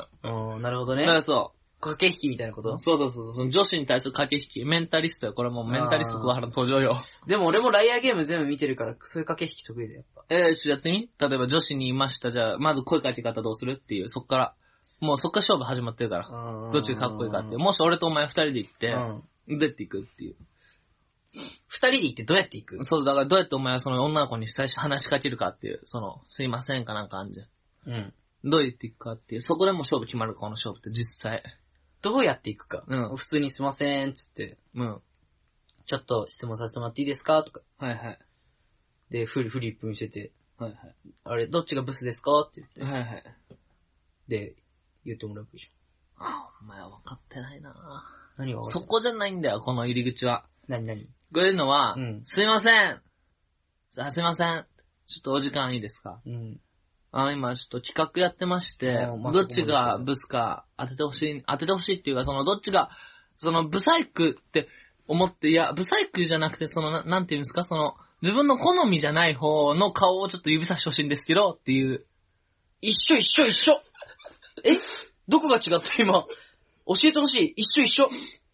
なるほどね。 だからそう。 駆け引きみたいなこと？ そう。その女子に対する駆け引き。メンタリストよ。これもうメンタリスト桑原の登場よ。 でも俺もライアーゲーム全部見てるから、そういう駆け引き得意だよ、やっぱ。 ちょっとやってみ？例えば女子にいました。じゃあ、まず声かけ方どうするっていう、そっから。もうそっから勝負始まってるから。どっちがかっこいいかっていう。もし俺とお前二人で行って、どうやって行くっていう。 二人で行ってどうやって行く？ そう、だからどうやってお前はその女の子に最初話しかけるかっていう、その、すいませんかなんかあんじゃん。どうやって行くかっていう、そこでも勝負決まるか、この勝負って実際。 どうやっていくか。普通にすいません、つって。ちょっと質問させてもらっていいですかとか。で、フリップ見せて。あれ、どっちがブスですかって言って。で、言ってもらうでしょ。 お前は分かってないな。 何が分かってない？ そこじゃないんだよ、この入り口は。 何こういうのは、すいません。すいません。ちょっとお時間いいですか？今ちょっと企画やってまして、どっちがブスか当ててほしいっていうか、そのどっちが、そのブサイクって思って、いや、ブサイクじゃなくて、その、なんていうんですか、その、自分の好みじゃない方の顔をちょっと指差してほしいんですけど、っていう。 一緒どこが違った今。教えてほしい。一緒。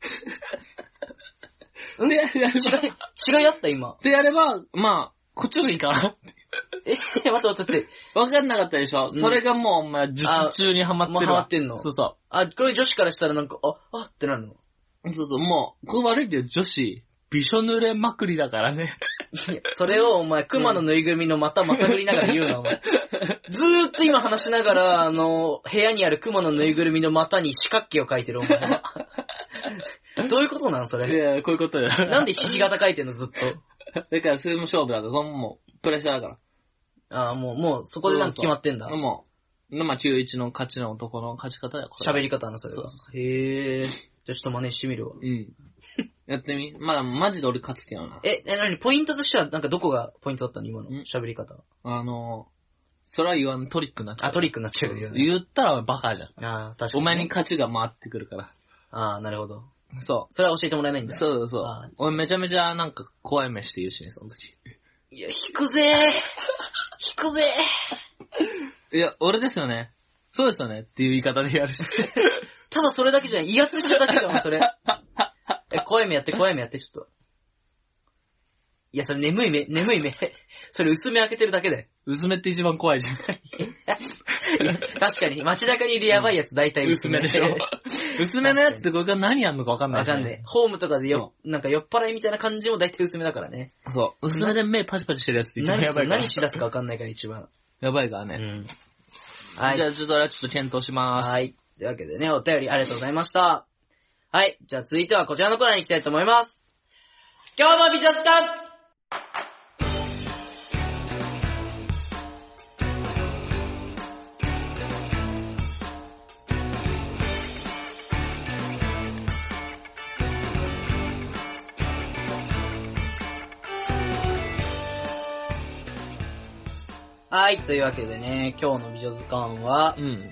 違いあった今。 ってやれば、まあ、こっちの方がいいかな。 待って。 わかんなかったでしょ？それがもう、お前、術中にハマってるわ。 もうハマってんの？ そう。 これ女子からしたらなんか、ってなるの？ そう、もう、これ悪いけど女子、びしょ濡れまくりだからね。 それをお前、熊のぬいぐるみのまたぐりながら言うな、お前。ずーっと今話しながら、部屋にある熊のぬいぐるみの股に四角形を描いてる、お前。どういうことなんそれ？ いや、こういうことよ。 なんでひし形描いてんの、ずっと。 だから、それも勝負だから、もう、プレッシャーだから。 もう、そこでなんか決まってんだ。 もう、91の勝ちの男の勝ち方だよ、 喋り方のそれは。へー。じゃあちょっと真似してみるわ。 やってみ？マジで俺勝つ気なのな。 何ポイントとしては、なんかどこがポイントだったの今の喋り方。 それは言わん、トリックになっちゃう。 トリックになっちゃうよね。 言ったらバカじゃん。 確かに。 お前に勝ちが回ってくるから。 なるほど。 そう。 それは教えてもらえないんだ。 そう。俺めちゃめちゃなんか怖い目して言うしね、その時。 いや、引くぜいや、俺ですよね。そうですよねっていう言い方でやるし。 ただそれだけじゃん。威圧しただけだもん、それ。怖い目やって、ちょっと。いや、それ眠い目。それ薄め開けてるだけで。 薄めって一番怖いじゃん。いや、確かに、街中にいるやばいやつ大体薄めでしょ。薄めのやつってこれから何やんのか分かんない、 ね。分かんない。ホームとかでなんか酔っ払いみたいな感じも大体薄めだからね。 そう。薄めで目パチパチしてるやつ一番やばいから。 何しだすか分かんないから一番。 やばいからね。はい。じゃあちょっと検討します。 はい。というわけでね、お便りありがとうございました。はい。じゃあ続いてはこちらのコーナーに行きたいと思います。今日の美女スタンはい、というわけでね、今日の美女図鑑は、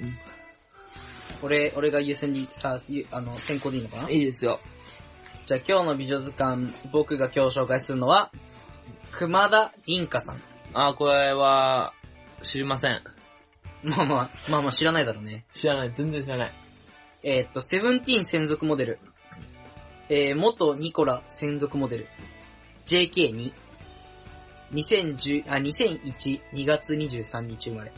俺が優先にさ、先行でいいのかな？ いいですよ。 じゃあ今日の美女図鑑、僕が今日紹介するのは、熊田凛香さん。 これは、知りません。 まあ知らないだろうね。 知らない、全然知らない。 セブンティーン専属モデル。元ニコラ専属モデル。JK2。2001、2月23日生まれ。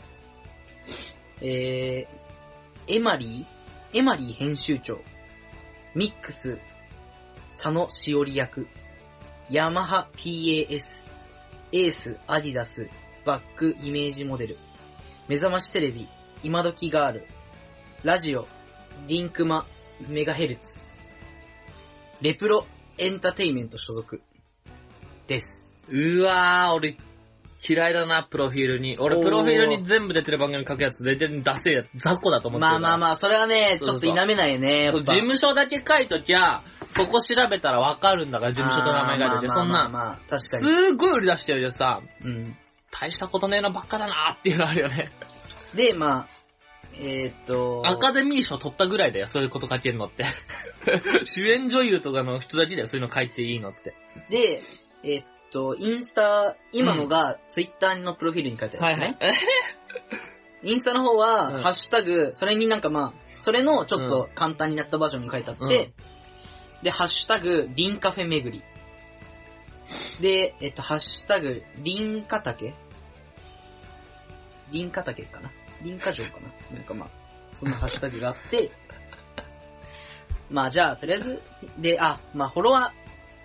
エマリー編集長。ミックス、佐野しおり役。ヤマハ PAS。エース、アディダス、バックイメージモデル。目覚ましテレビ、今時ガール。ラジオ、リンクマ、メガヘルツ。レプロ、エンタテイメント所属。です。 うわー、俺、嫌いだな、プロフィールに。俺、プロフィールに全部出てる番組書くやつ、全然ダセえやつ、雑魚だと思ってる。 まあ、それはね、ちょっと否めないよね。 事務所だけ書いときゃ、そこ調べたらわかるんだから、事務所と名前が出て、そんな、 確かに。 すーごい売り出してるよさ、大したことねえのばっかだなーっていうのあるよね。 で、 アカデミー賞取ったぐらいだよ、そういうこと書けるのって。主演女優とかの人たちだよ、そういうの書いていいのって。 で、インスタ、今のがツイッターのプロフィールに書いてあるんですね。はいはい、インスタの方は、ハッシュタグ、それになんかそれのちょっと簡単になったバージョンに書いてあって、で、ハッシュタグ、リンカフェ巡り。で、ハッシュタグ、リンカタケかなリンカ城かななんかそんなハッシュタグがあって、じゃあ、とりあえず、で、フォロワ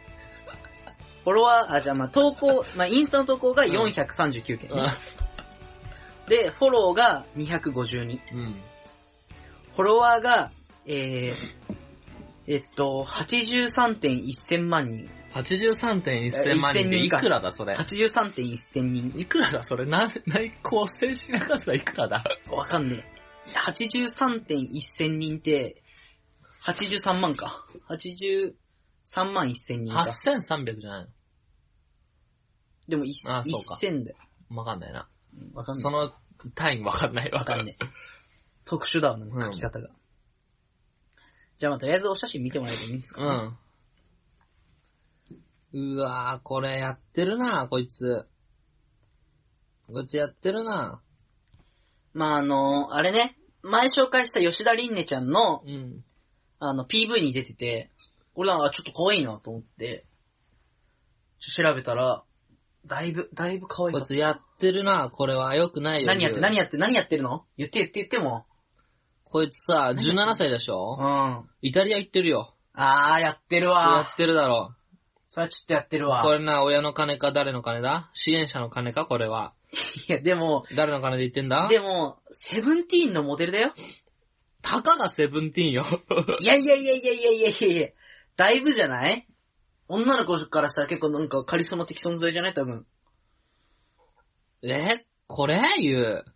ー、投稿、インスタの投稿が439件、ねで、フォローが252。フォロワーが、83.1000万人。 83.1000万人っていくらだそれ ?83.1000人。 いくらだそれ構成しなかったらいくらだわかんねえ。83.1000人って、83万か。83万1000人か。 8300じゃないのでも1000だよ。 わかんないな。 わかんない。 その単位わかんないわ。 わかんない。特殊だわ、書き方が。じゃあとりあえずお写真見てもらえていいんですか？ うわー、これやってるな、こいつ。こいつやってるな。 あれね、前紹介した吉田凛音ちゃんの、PV に出てて、俺はちょっと可愛いなと思って、調べたら、だいぶ可愛い。こいつやってるな、これは。よくないよ。 何やってるの？言っても。 こいつさ、17歳でしょ？イタリア行ってるよ。 やってるわ。 やってるだろ。 それはちょっとやってるわ。 これな、親の金か誰の金だ？支援者の金かこれは。 いや、でも、 誰の金で言ってんだ？ でも、セブンティーンのモデルだよ。 たかがセブンティーンよ。 いや。だいぶじゃない？女の子からしたら結構なんかカリスマ的存在じゃない多分。 これ言う。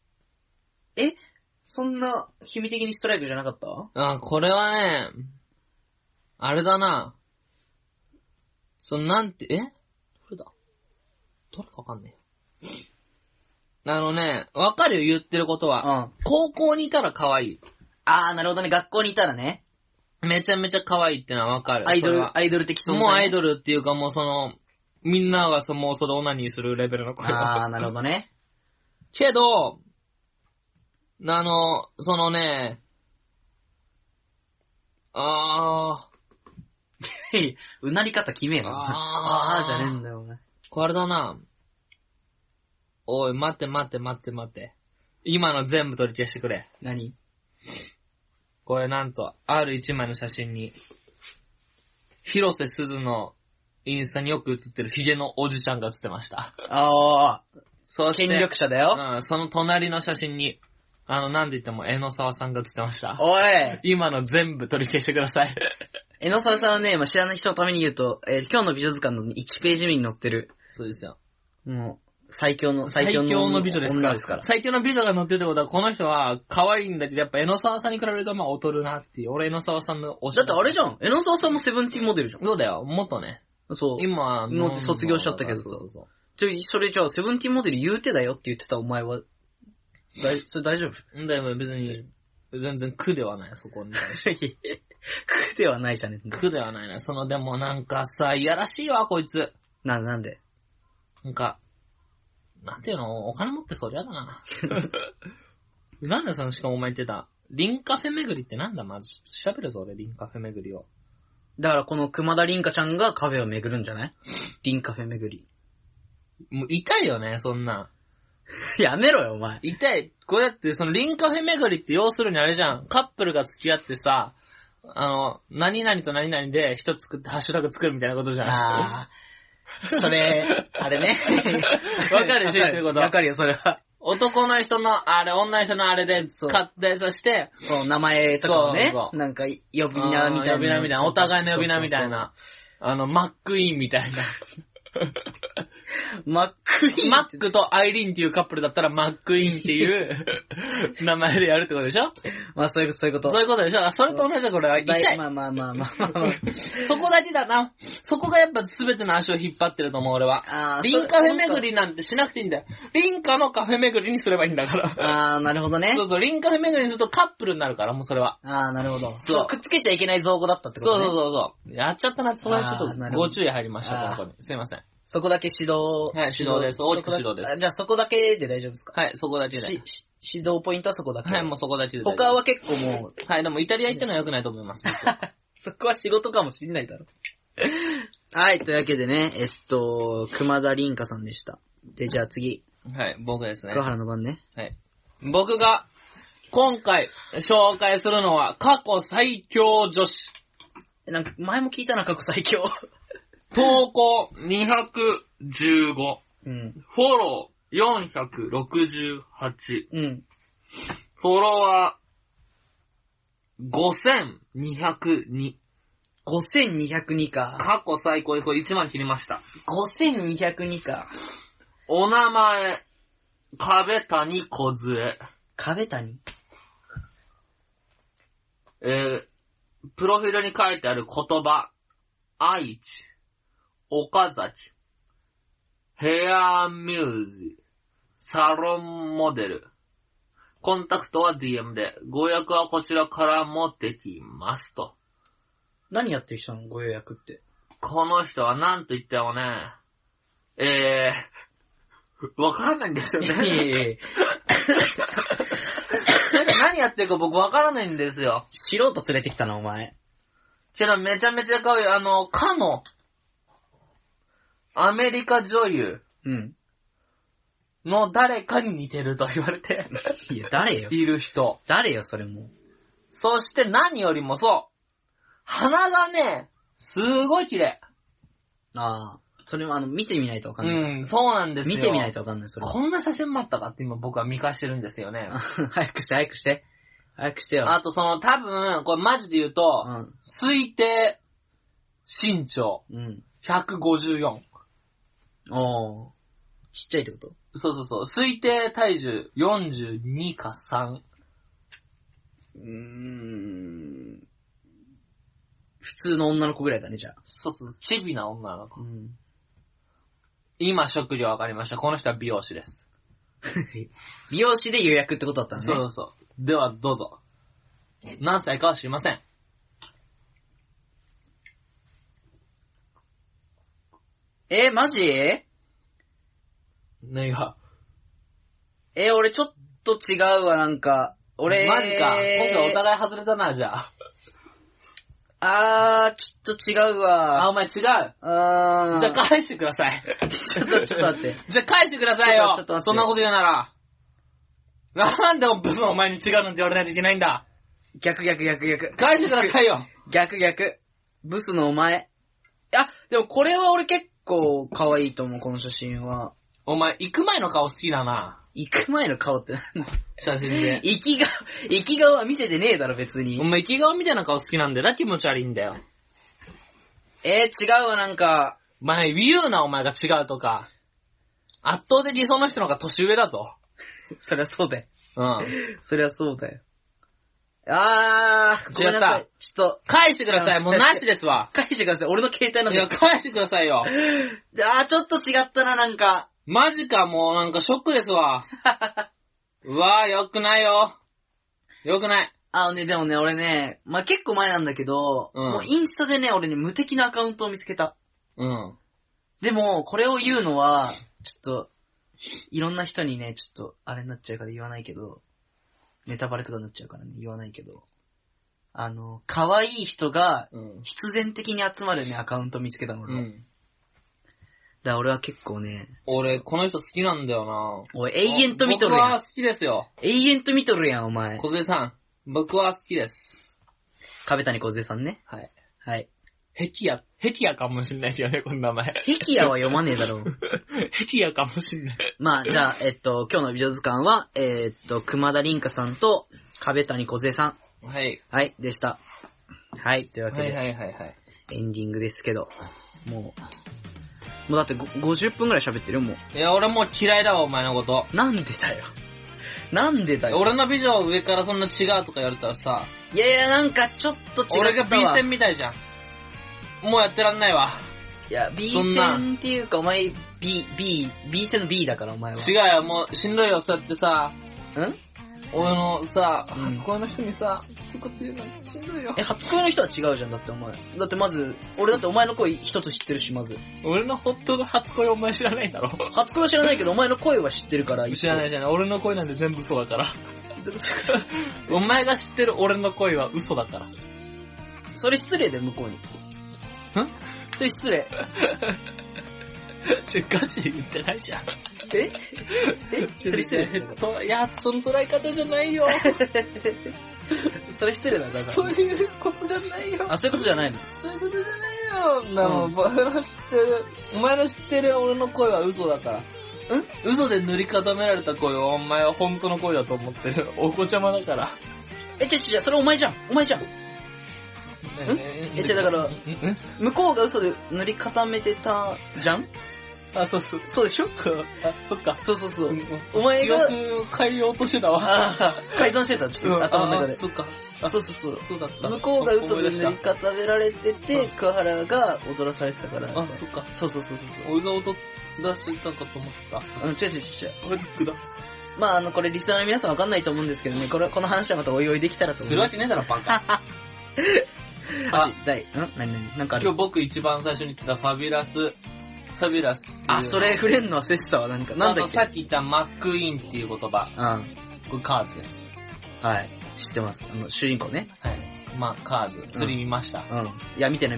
そんな、秘密的にストライクじゃなかった？ これはね、あれだな。どれだ？どれかわかんねえ。わかるよ、言ってることは。高校にいたら可愛い。 なるほどね、学校にいたらね。 めちゃめちゃ可愛いってのはわかる。 アイドル的存在。 もうアイドルっていうかもうみんながもうそれオナニーするレベルの子。 なるほどね。 けど、 うなり方決めえな。じゃねえんだよ、お前。 これだな。おい、待って。今の全部取り消してくれ。 何？ これなんと、ある一枚の写真に、広瀬すずのインスタによく写ってるヒゲのおじちゃんが写ってました。 そして権力者だよ。 その隣の写真に、なんで言っても江ノ沢さんが写ってました。 おい今の全部取り消してください。 江ノ沢さんはね、知らない人のために言うと、今日の美女図鑑の1ページ目に載ってる。 そうですよ。 もう、最強の美女ですから。最強の美女が載ってるってことは、この人は可愛いんだけど、やっぱ江ノ沢さんに比べると劣るなっていう。俺江ノ沢さんのだってあれじゃん。江ノ沢さんもセブンティーンモデルじゃん。 そうだよ。もっとね。 そう。 今もう卒業しちゃったけど。 そう。 それじゃあ、セブンティーンモデル言うてだよって言ってたお前は、それ大丈夫？ でも別に、全然苦ではない、そこに。 苦ではないじゃねえ。 苦ではないな。でもなんかさ、いやらしいわ、こいつ。 なんでなんか、なんていうの、お金持ってそりゃだな。なんでしかもお前言ってた。リンカフェ巡りってなんだ？まず、調べるぞ、俺、リンカフェ巡りを。 だからこの熊田凛香ちゃんがカフェを巡るんじゃない？リンカフェ巡り。 もう痛いよね、そんな。 やめろよ、お前。 痛い。これだって、リンカフェ巡りって要するにあれじゃん。カップルが付き合ってさ、何々と何々で人作ってハッシュタグ作るみたいなことじゃん。 あー。それ、あれね。 わかるでしょ、言ってること。 わかるよ、それは。 男の人のあれ、女の人のあれで買ってさして、 そう、名前とかをね。なんか、呼び名みたいな。 呼び名みたいな。お互いの呼び名みたいな。マックイーンみたいな。マックとアイリーンっていうカップルだったらマックイーンっていう名前でやるってことでしょ？ まあそういうこと。 そういうことでしょ？それと同じだ、これは。痛い。 まあ。 そこだけだな。そこがやっぱ全ての足を引っ張ってると思う、俺は。リンカフェ巡りなんてしなくていいんだよ。リンカのカフェ巡りにすればいいんだから。 なるほどね。 そう、リンカフェ巡りにするとカップルになるから、もうそれは。 なるほど。そう、くっつけちゃいけない造語だったってことね。 そう。やっちゃったな、そこはちょっとご注意入りました、ここに。すいません。 そこだけ指導。 はい、指導です。大きく指導です。 じゃあそこだけで大丈夫ですか？ はい、そこだけで。 指導ポイントはそこだけ。 はい、もうそこだけで。 他は結構もう。 はい、でもイタリア行ってのは良くないと思います。 そこは仕事かもしんないだろ。はい、というわけでね、熊田凛香さんでした。で、じゃあ次。 はい、僕ですね。 桑原の番ね。 はい。僕が、今回、紹介するのは、過去最強女子。 なんか、前も聞いたな、過去最強。 投稿215。 うん。 フォロー468。 うん。 フォロワー5202。 5202か。 過去最高でこれ1万切りました。 5202か。 お名前、壁谷小杖。 壁谷？ プロフィールに書いてある言葉、愛知、岡崎、ヘアミュージ、サロンモデル。コンタクトは DM で、ご予約はこちらからもできますと。 何やってる人なの？ご予約って。 この人は何と言ってもね、わからないんですよね。何やってるか僕わからないんですよ。 素人連れてきたな、お前。 けどめちゃめちゃ可愛い、かの、アメリカ女優。 うん。 の誰かに似てると言われて。 いや、誰よ。 いる人。 誰よ、それも。 そして何よりもそう。鼻がね、すごい綺麗。 ああ。それも見てみないとわかんない。 うん、そうなんですよ。 見てみないとわかんない、それ。 こんな写真もあったかって今僕は見返してるんですよね。 早くして。早くしてよ。 あと多分、これマジで言うと、推定身長、154。 おー。ちっちゃいってこと？ そう。推定体重42か3。 普通の女の子ぐらいだね、じゃあ。 そう、チビな女の子。今職業わかりました。この人は美容師です。 美容師で予約ってことだったね。 そう。では、どうぞ。何歳かは知りません。 マジ？ 何が？ 俺ちょっと違うわ、なんか。 マジか。今回お互い外れたな、じゃあ。ちょっと違うわ。 お前違う。じゃあ返してください。 ちょっと待って。 じゃあ返してくださいよ。 ちょっと待って。 そんなこと言うなら。なんでブスのお前に違うなんて言われないといけないんだ。 逆。 返してくださいよ。 逆。ブスのお前。でもこれは俺結構可愛いと思う、この写真は。 お前、行く前の顔好きだな。 行く前の顔って何？ 写真で。 生き顔は見せてねえだろ、別に。 お前、生き顔みたいな顔好きなんだよ。気持ち悪いんだよ。 違うわ、なんか。 言うな、お前が違うとか。圧倒的にその人の方が年上だぞ。 そりゃそうだよ。 そりゃそうだよ。 違った。 ちょっと。 返してください。もうなしですわ。 返してください。俺の携帯なんで。 いや、返してくださいよ。 ちょっと違ったな、なんか。 マジか、もうなんかショックですわ。うわぁ、よくないよ。よくない。 でもね、俺ね、まあ、結構前なんだけど、もうインスタでね、俺ね、無敵なアカウントを見つけた。でも、これを言うのは、ちょっと、いろんな人にね、ちょっと、あれになっちゃうから言わないけど、ネタバレとかになっちゃうからね、言わないけど、可愛い人が、必然的に集まるね、アカウント見つけたの、俺は。だから俺は結構ね、 俺、この人好きなんだよな。 おい、永遠と見とるやん。 僕は好きですよ。 永遠と見とるやん、お前。 小杉さん、僕は好きです。 壁谷小杉さんね。 はい。 はい。 ヘティアかもしんないけどね、この名前。 ヘティアは読まねえだろう。 ヘティアかもしんない。 まあ、じゃあ、今日の美女図鑑は、熊田凛香さんと壁谷小杉さん。 はい。 はい、でした。はい、というわけで。 はい。 エンディングですけど、もうだって50分くらい喋ってるよ、もう。 いや、俺もう嫌いだわ、お前のこと。 なんでだよ。なんでだよ。 俺の美女を上からそんな違うとか言われたらさ。 いや、なんかちょっと違ったわ。 俺が B 線みたいじゃん。もうやってらんないわ。 いや、B 線っていうか、お前、B 線の B だから、お前は。 違うよ、もうしんどいよ、そうやってさ。俺のさ、初恋の人にさ、そういうこと言うのしんどいよ。 初恋の人は違うじゃん、だってお前。だってまず、俺だってお前の声一つ知ってるし、まず。 俺の本当の初恋お前知らないんだろ。 初恋は知らないけど、お前の声は知ってるから。 知らないじゃない。俺の声なんて全部嘘だから。お前が知ってる俺の声は嘘だから。 それ失礼だよ、向こうに。それ失礼。 ガチで言ってないじゃん。 それ失礼。 いや、その捉え方じゃないよ。 それ失礼だ、だから。 そういうことじゃないよ。 そういうことじゃないの。 そういうことじゃないよ。お前の知ってる俺の声は嘘だから。嘘で塗り固められた声をお前は本当の声だと思ってる。お子ちゃまだから。 それお前じゃん。だから、向こうが嘘で塗り固めてたじゃん？ そうでしょ？そっか。 そう。お前が、 記憶変えようとしてたわ。 改ざんしてた、ちょっと頭の中で。 そっか。そうだった。 向こうが嘘で塗り固められてて、桑原が踊らされてたから。 そっか。 そう。 俺が踊らせたかと思った。 違う。 俺ビッグだ。 まあこれリスナーの皆さんわかんないと思うんですけどね、この話はまたおいおいできたらと思う。 するわけねえだろ、バカ。 なんかある？ 今日僕一番最初に言ってたファビュラスそれ触れんの忘れてたわ、なんだっけ？ さっき言ったマックイーンっていう言葉。これカーズです。 はい。知ってます。主人公ね。 はい。カーズ。3見ました。 いや、見てない。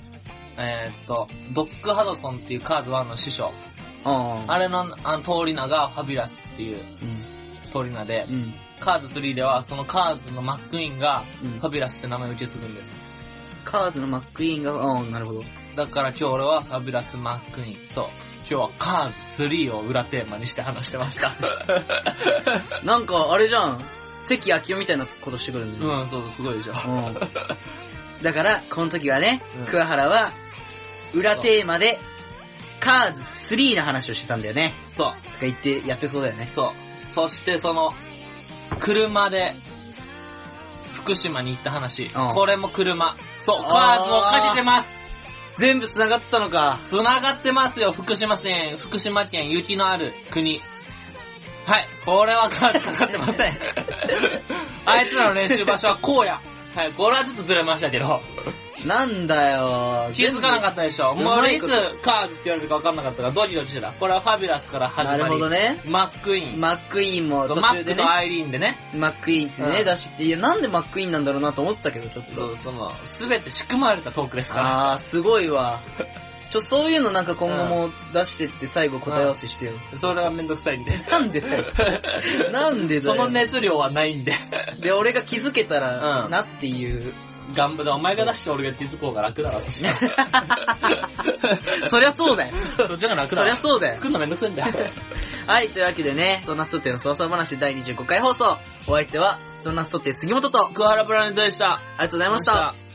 ドッグハドソンっていうカーズ1の師匠。あれの、通り名がファビュラスっていう通り名で、カーズ3ではそのカーズのマックイーンがファビュラスって名前を受け継ぐんです。 カーズのマックイーンが、なるほど。 だから今日俺はファビュラスマックイーン。そう。今日はカーズ3を裏テーマにして話してました。 なんか、あれじゃん。関明夫みたいなことしてくるんだよ。 そう、すごいでしょ。 だから、この時はね、桑原は、裏テーマで、カーズ3の話をしてたんだよね。 そう。とか言ってやってそうだよね。 そう。そして車で、福島に行った話。これも車。そう、カーズをかけてます。 全部繋がってたのか。 繋がってますよ、福島県雪のある国。はい、これはかかってません。あいつらの練習場所は荒野。はい、これはちょっとずれましたけど。 なんだよ。 気づかなかったでしょ。もう俺いつカーズって言われるか分かんなかったからドキドキしてた。これはファビュラスから始まり。 なるほどね。 マックイーンも途中でね。 マックとアイリーンでね。 マックイーンってね、出して、いや、なんでマックイーンなんだろうなと思ってたけど、ちょっと。 すべて仕組まれたトークですから。 すごいわ。そういうのなんか今後も出してって最後答え合わせしてよ。 それはめんどくさいんで。 なんでだよ。なんでだよ。 その熱量はないんで。 で、俺が気づけたら、なっていう。 ガンブでお前が出して俺が気づこうが楽だろ、そしたら。そりゃそうだよ。 そっちが楽だろ。 そりゃそうだよ。 作るのめんどくさいんだよ。 はい、というわけでね、ドーナツソテーの操作話第25回放送。お相手は、ドーナツソテー杉本と、 桑原プラネットでした。 ありがとうございました。